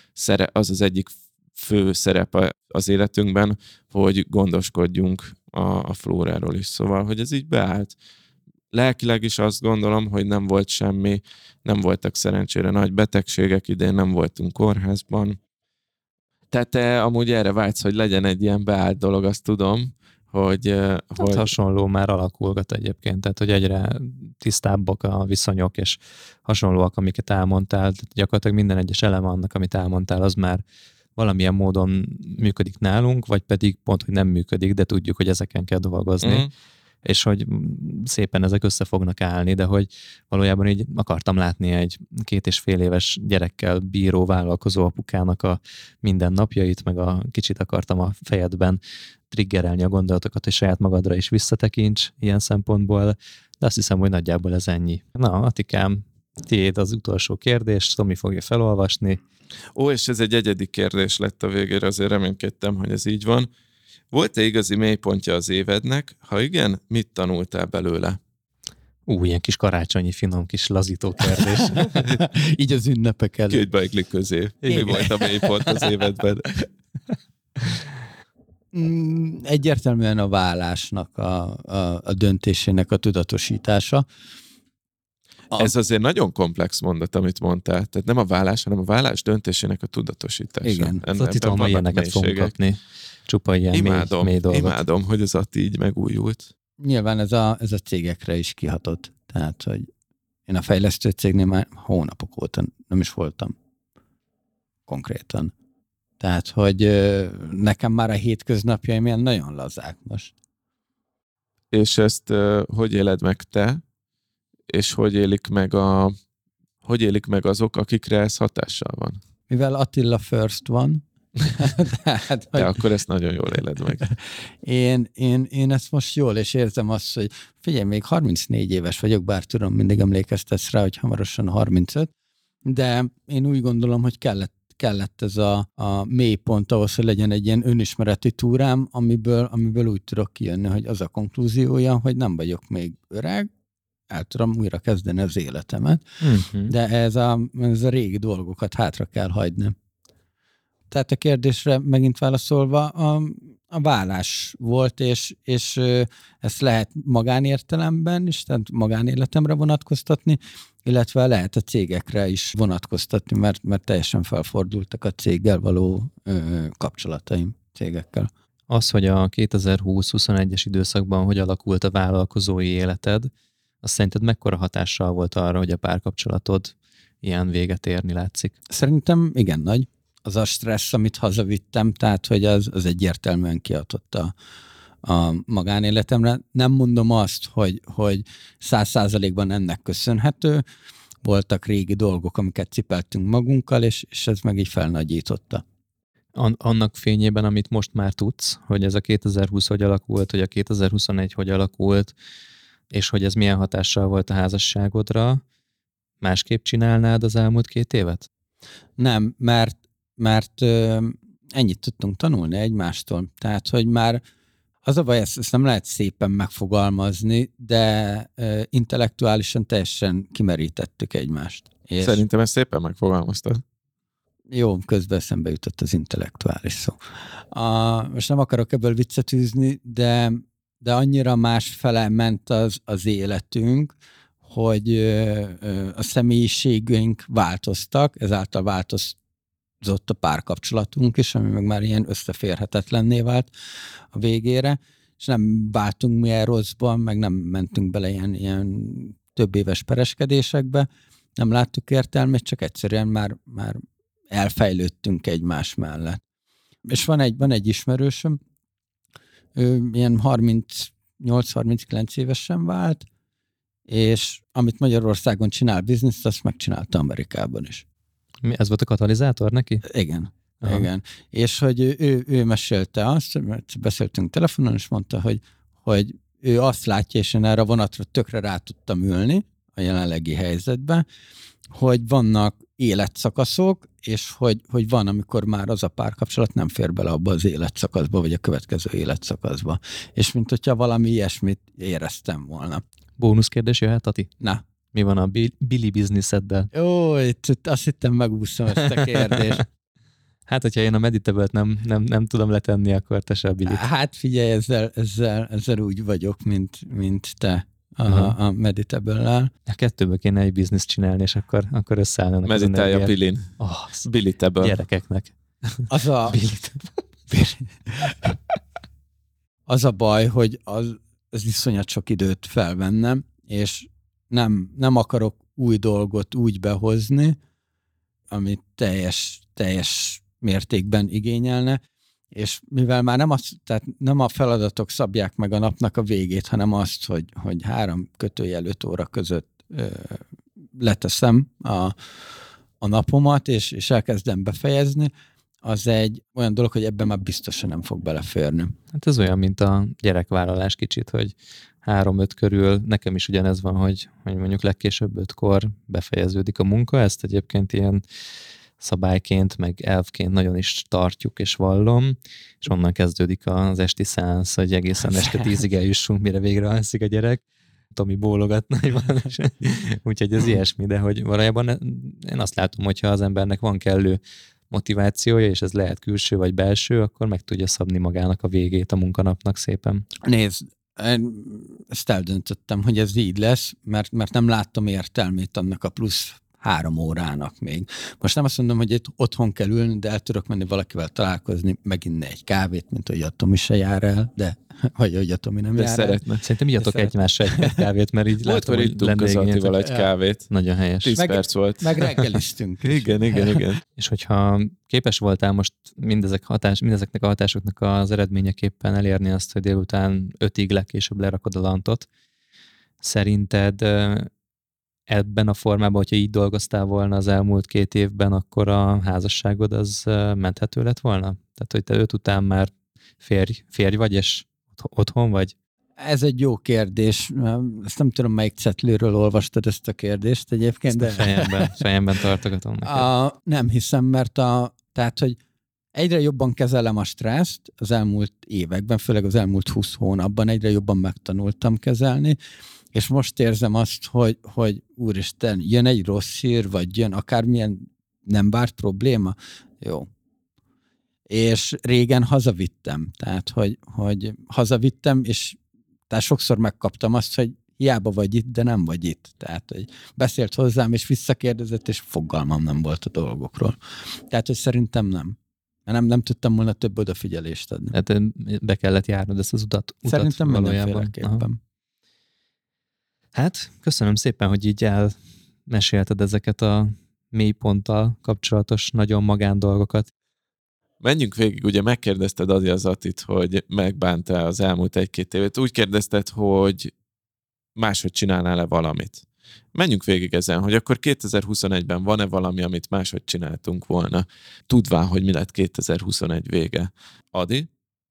az egyik fő szerepe az életünkben, hogy gondoskodjunk a Flóráról is. Szóval, hogy ez így beállt. Lelkileg is azt gondolom, hogy nem volt semmi, nem voltak szerencsére nagy betegségek, idén nem voltunk kórházban. Tehát te amúgy erre vágysz, hogy legyen egy ilyen beállt dolog, azt tudom, hogy hasonló már alakulgat egyébként, tehát hogy egyre tisztábbak a viszonyok, és hasonlóak, amiket elmondtál, tehát gyakorlatilag minden egyes eleme annak, amit elmondtál, az már valamilyen módon működik nálunk, vagy pedig pont, hogy nem működik, de tudjuk, hogy ezeken kell dolgozni. És hogy szépen ezek össze fognak állni, de hogy valójában így akartam látni egy 2,5 éves gyerekkel bíró vállalkozó apukának a mindennapjait, meg kicsit akartam a fejedben triggerelni a gondolatokat, hogy saját magadra is visszatekints ilyen szempontból, de azt hiszem, hogy nagyjából ez ennyi. Na, Atikám, tiéd az utolsó kérdés, Tomi fogja felolvasni. És ez egy egyedi kérdés lett a végére, azért reménykedtem, hogy ez így van. Volt-e igazi mélypontja az évednek? Ha igen, mit tanultál belőle? Ilyen kis karácsonyi, finom kis lazító kérdés. Így az ünnepek előtt. 2 bajkli közé. Mi volt a mélypont az évedben? Egyértelműen a vállásnak, a döntésének a tudatosítása. Ez azért nagyon komplex mondat, amit mondtál. Tehát nem a vállás, hanem a vállás döntésének a tudatosítása. Igen. Tudom, hogy ilyeneket fogunk kapni. Csupa ilyen mély dolgot. Imádom, hogy az Atti így megújult. Nyilván ez a cégekre is kihatott. Tehát, hogy én a fejlesztő cégnél már hónapok óta nem is voltam. Konkrétan. Tehát, hogy nekem már a hétköznapjaim ilyen nagyon lazák most. És ezt hogy éled meg te? És hogy élik meg azok, akikre ez hatással van? Mivel Attila First van, tehát, de akkor ezt nagyon jól éled meg. Én ezt most jól, és érzem azt, hogy figyelj, még 34 éves vagyok, bár tudom, mindig emlékeztetsz rá, hogy hamarosan 35, de én úgy gondolom, hogy kellett ez a mélypont ahhoz, hogy legyen egy ilyen önismereti túrám, amiből úgy tudok kijönni, hogy az a konklúziója, hogy nem vagyok még öreg, el tudom újra kezdeni az életemet, de ez a régi dolgokat hátra kell hagyni. Tehát a kérdésre megint válaszolva, a vállás volt, és ezt lehet magánértelemben is, tehát magánéletemre vonatkoztatni, illetve lehet a cégekre is vonatkoztatni, mert teljesen felfordultak a céggel való kapcsolataim cégekkel. Az, hogy a 2020-21-es időszakban hogy alakult a vállalkozói életed, azt szerinted mekkora hatással volt arra, hogy a párkapcsolatod ilyen véget érni látszik? Szerintem igen nagy. Az a stressz, amit hazavittem, tehát hogy az egyértelműen kiadott a magánéletemre. Nem mondom azt, hogy 100%-ban ennek köszönhető. Voltak régi dolgok, amiket cipeltünk magunkkal, és ez meg így felnagyította. Annak fényében, amit most már tudsz, hogy ez a 2020 hogy alakult, hogy a 2021 hogy alakult, és hogy ez milyen hatással volt a házasságodra, másképp csinálnád az elmúlt 2 évet? Nem, mert ennyit tudtunk tanulni egymástól. Tehát, hogy már az a baj, ezt nem lehet szépen megfogalmazni, de intellektuálisan teljesen kimerítettük egymást. És Szerintem ezt szépen megfogalmaztad. jó, közben eszembe jutott az intellektuális szó. Most nem akarok ebből viccet űzni, de annyira másfele ment az életünk, hogy a személyiségünk változtak, ezáltal változott a párkapcsolatunk is, ami meg már ilyen összeférhetetlenné vált a végére, és nem váltunk mi el rosszban, meg nem mentünk bele ilyen több éves pereskedésekbe, nem láttuk értelmét, csak egyszerűen már elfejlődtünk egymás mellett. És van egy ismerősöm, ő ilyen 38-39 évesen vált, és amit Magyarországon csinál bizniszt, azt megcsinálta Amerikában is. Ez volt a katalizátor neki? Igen. Aha. Igen. És hogy ő mesélte azt, mert beszéltünk telefonon, és mondta, hogy ő azt látja, és én erre a vonatra tökre rá tudtam ülni a jelenlegi helyzetben, hogy vannak életszakaszok, és hogy van, amikor már az a párkapcsolat nem fér bele abba az életszakaszba, vagy a következő életszakaszba. És mint hogyha valami ilyesmit éreztem volna. Bónusz kérdés jöhet, Tati? Na. Mi van a Billy businesseddel? Ó, itt azt hittem megúszom ezt a kérdést. Hát, hogyha én a Meditabelt nem tudom letenni, akkor te se a Billit. Hát figyelj, ezzel úgy vagyok, mint te a Meditable-lel. A 2-ből kéne egy bizniszt csinálni, és akkor összeállnak. Meditálja Billin. Billitable. Gyerekeknek. Az a baj, hogy az iszonyat sok időt felvennem, és nem akarok új dolgot úgy behozni, amit teljes mértékben igényelne, és mivel már nem a feladatok szabják meg a napnak a végét, hanem azt, hogy 3-5 óra között leteszem a napomat, és elkezdem befejezni, az egy olyan dolog, hogy ebben már biztosan nem fog beleférni. Hát ez olyan, mint a gyerekvállalás kicsit, hogy 3-5 körül, nekem is ugyanez van, hogy mondjuk legkésőbb 5-kor befejeződik a munka, ezt egyébként ilyen szabályként, meg elvként nagyon is tartjuk és vallom, és onnan kezdődik az esti szánsz, hogy egészen este 10-ig eljussunk, mire végre alszik a gyerek. Tomi bólogat nagyban, úgyhogy ez ilyesmi, de hogy valójában én azt látom, hogyha az embernek van kellő motivációja, és ez lehet külső vagy belső, akkor meg tudja szabni magának a végét a munkanapnak szépen. Nézd, ezt eldöntöttem, hogy ez így lesz, mert nem láttam értelmét annak a plusz 3 órának még. Most nem azt mondom, hogy itt otthon kell ülni, de el tudok menni valakivel találkozni, meginni egy kávét, mint hogy a Tomi se jár el, de vagy hogy a Tomi nem jár szeretne. el. Szerintem igyatok egymásra egy kávét, mert így látom, hogy ittunk az Attival egy kávét. Nagyon helyes. 10 perc volt. Meg reggeliztünk. Igen. És hogyha képes voltál most mindezeknek a hatásoknak az eredményeképpen elérni azt, hogy délután 5-ig legkésőbb lerakod a lantot, szerinted ebben a formában, hogyha így dolgoztál volna az elmúlt 2 évben, akkor a házasságod az menthető lett volna? Tehát, hogy te 5 után már férj vagy, és otthon vagy? Ez egy jó kérdés. Ezt nem tudom, melyik cetlőről olvastad ezt a kérdést egyébként. De... Fejemben tartogatom neked. Nem hiszem, mert tehát, hogy egyre jobban kezelem a stresszt az elmúlt években, főleg az elmúlt 20 hónapban egyre jobban megtanultam kezelni, és most érzem azt, hogy úristen, jön egy rossz hír, vagy jön akármilyen nem várt probléma. Jó. És régen hazavittem. Tehát, hogy hazavittem, és tehát sokszor megkaptam azt, hogy hiába vagy itt, de nem vagy itt. Tehát, hogy beszélt hozzám, és visszakérdezett, és fogalmam nem volt a dolgokról. Tehát, hogy szerintem nem. Nem tudtam volna több odafigyelést adni. Hát be kellett járnod ezt az utat szerintem valójában. mindenféleképpen. Hát, köszönöm szépen, hogy így elmesélted ezeket a mélyponttal kapcsolatos nagyon magán dolgokat. Menjünk végig, ugye megkérdezted Adi az Attit, hogy megbánt-e az elmúlt 1-2 évet. Úgy kérdezted, hogy máshogy csinálnál-e valamit. Menjünk végig ezen, hogy akkor 2021-ben van-e valami, amit máshogy csináltunk volna, tudván, hogy mi lett 2021 vége. Adi?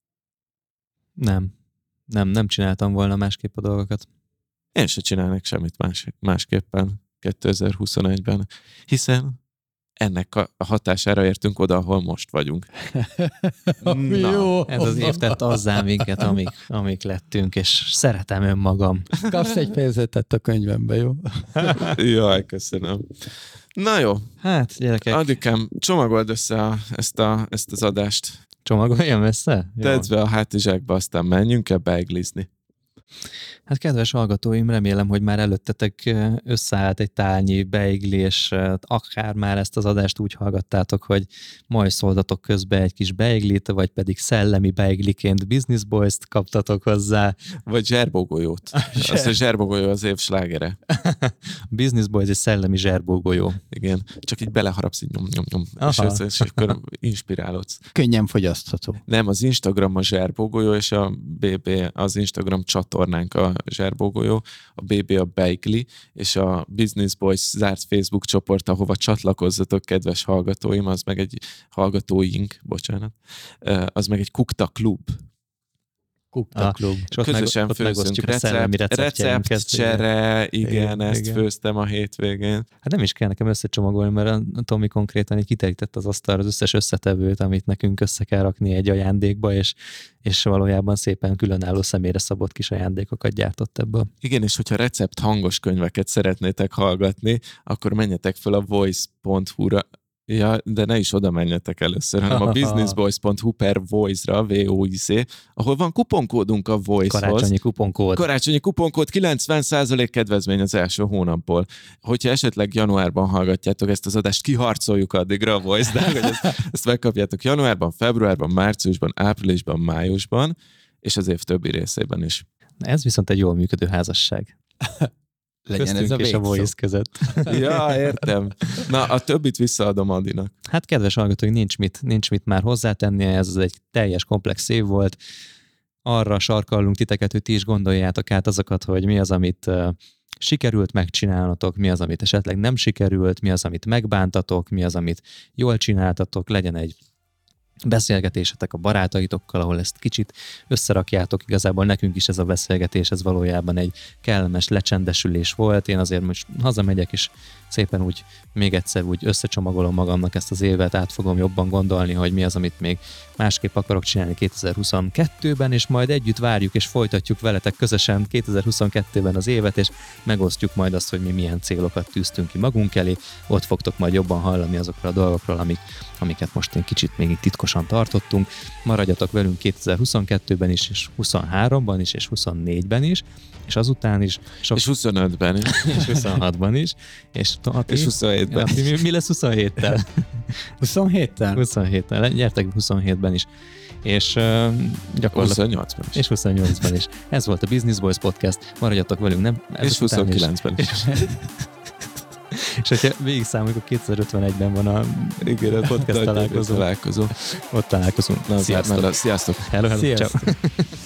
Nem csináltam volna másképp a dolgokat. Én se csinálnék semmit másképpen 2021-ben, hiszen ennek a hatására értünk oda, ahol most vagyunk. Jó. Ez az év tett azzá minket, amik lettünk, és szeretem önmagam. Kapsz egy fejezetet a könyvembe, jó? Jaj, köszönöm. Na jó. Hát, gyerekek. Adikám, csomagold össze ezt az adást. Csomagoljam össze? Tedd be a hátizsákba, aztán menjünk el beiglizni. Hát kedves hallgatóim, remélem, hogy már előttetek összeállt egy tálnyi beigli, és akár már ezt az adást úgy hallgattátok, hogy majd szóltatok közbe egy kis beiglit, vagy pedig szellemi beigliként Business Boys-t kaptatok hozzá. Vagy zserbógolyót. Az a zserbógolyó az év slágere. Business Boys és szellemi zserbógolyó. Igen, csak így beleharapsz, így nyom, és akkor inspirálódsz. Könnyen fogyasztható. Nem, az Instagram a zserbógolyó, és a BB az Instagram csatornánk a zserbógolyó, a BB a beigli, és a Business Boys zárt Facebook csoport, ahova csatlakozzatok, kedves hallgatóim, az meg egy az meg egy kukta klub. Klub. És ott közösen főzünk receptcsere, igen, ezt főztem a hétvégén. Hát nem is kell nekem összecsomagolni, mert a Tomi konkrétan így kiterített az asztalra az összes összetevőt, amit nekünk össze kell rakni egy ajándékba, és valójában szépen különálló személyre szabott kis ajándékokat gyártott ebből. Igen, és hogyha recept hangos könyveket szeretnétek hallgatni, akkor menjetek fel a voice.hu-ra. Ja, de ne is oda menjetek először, hanem a businessboys.hu/voice-ra, VOIC, ahol van kuponkódunk a Voice-hoz. Karácsonyi kuponkód, 90% kedvezmény az első hónapból. Hogyha esetleg januárban hallgatjátok ezt az adást, kiharcoljuk addigra a Voice-nál, hogy ezt megkapjátok januárban, februárban, márciusban, áprilisban, májusban, és az év többi részében is. Ez viszont egy jól működő házasság. Legyen ez a és a Voice között. Ja, értem. Na, a többit visszaadom Adinak. Hát kedves hallgatóink, nincs mit már hozzátennie, ez egy teljes komplex év volt. Arra sarkallunk titeket, hogy ti is gondoljátok át azokat, hogy mi az, amit sikerült megcsinálnotok, mi az, amit esetleg nem sikerült, mi az, amit megbántatok, mi az, amit jól csináltatok, legyen egy beszélgetésetek a barátaitokkal, ahol ezt kicsit összerakjátok. Igazából nekünk is ez a beszélgetés, ez valójában egy kellemes lecsendesülés volt. Én azért most hazamegyek, és szépen úgy még egyszer úgy összecsomagolom magamnak ezt az évet, át fogom jobban gondolni, hogy mi az, amit még másképp akarok csinálni 2022-ben, és majd együtt várjuk és folytatjuk veletek közösen 2022-ben az évet, és megosztjuk majd azt, hogy mi milyen célokat tűztünk ki magunk elé. Ott fogtok majd jobban hallani azokról a dolgokról, amiket most én kicsit még itt titkosan tartottunk. Maradjatok velünk 2022-ben is, és 23-ban is, és 24-ben is, és azután is. És 25-ben is. És 26-ban is. És 27-ben. Mi lesz 27-tel? 27-tel? 27-tel. Gyertek 27-ben is. És gyakorlatilag... 28-ban is. És 28-ban is. Ez volt a Business Boys Podcast. Maradjatok velünk, nem? És 29-ben is. És hogyha végig számoljuk, a 2051-ben van a podcast találkozó. Ott találkozunk. Sziasztok. Hello. Sziasztok. Ciao.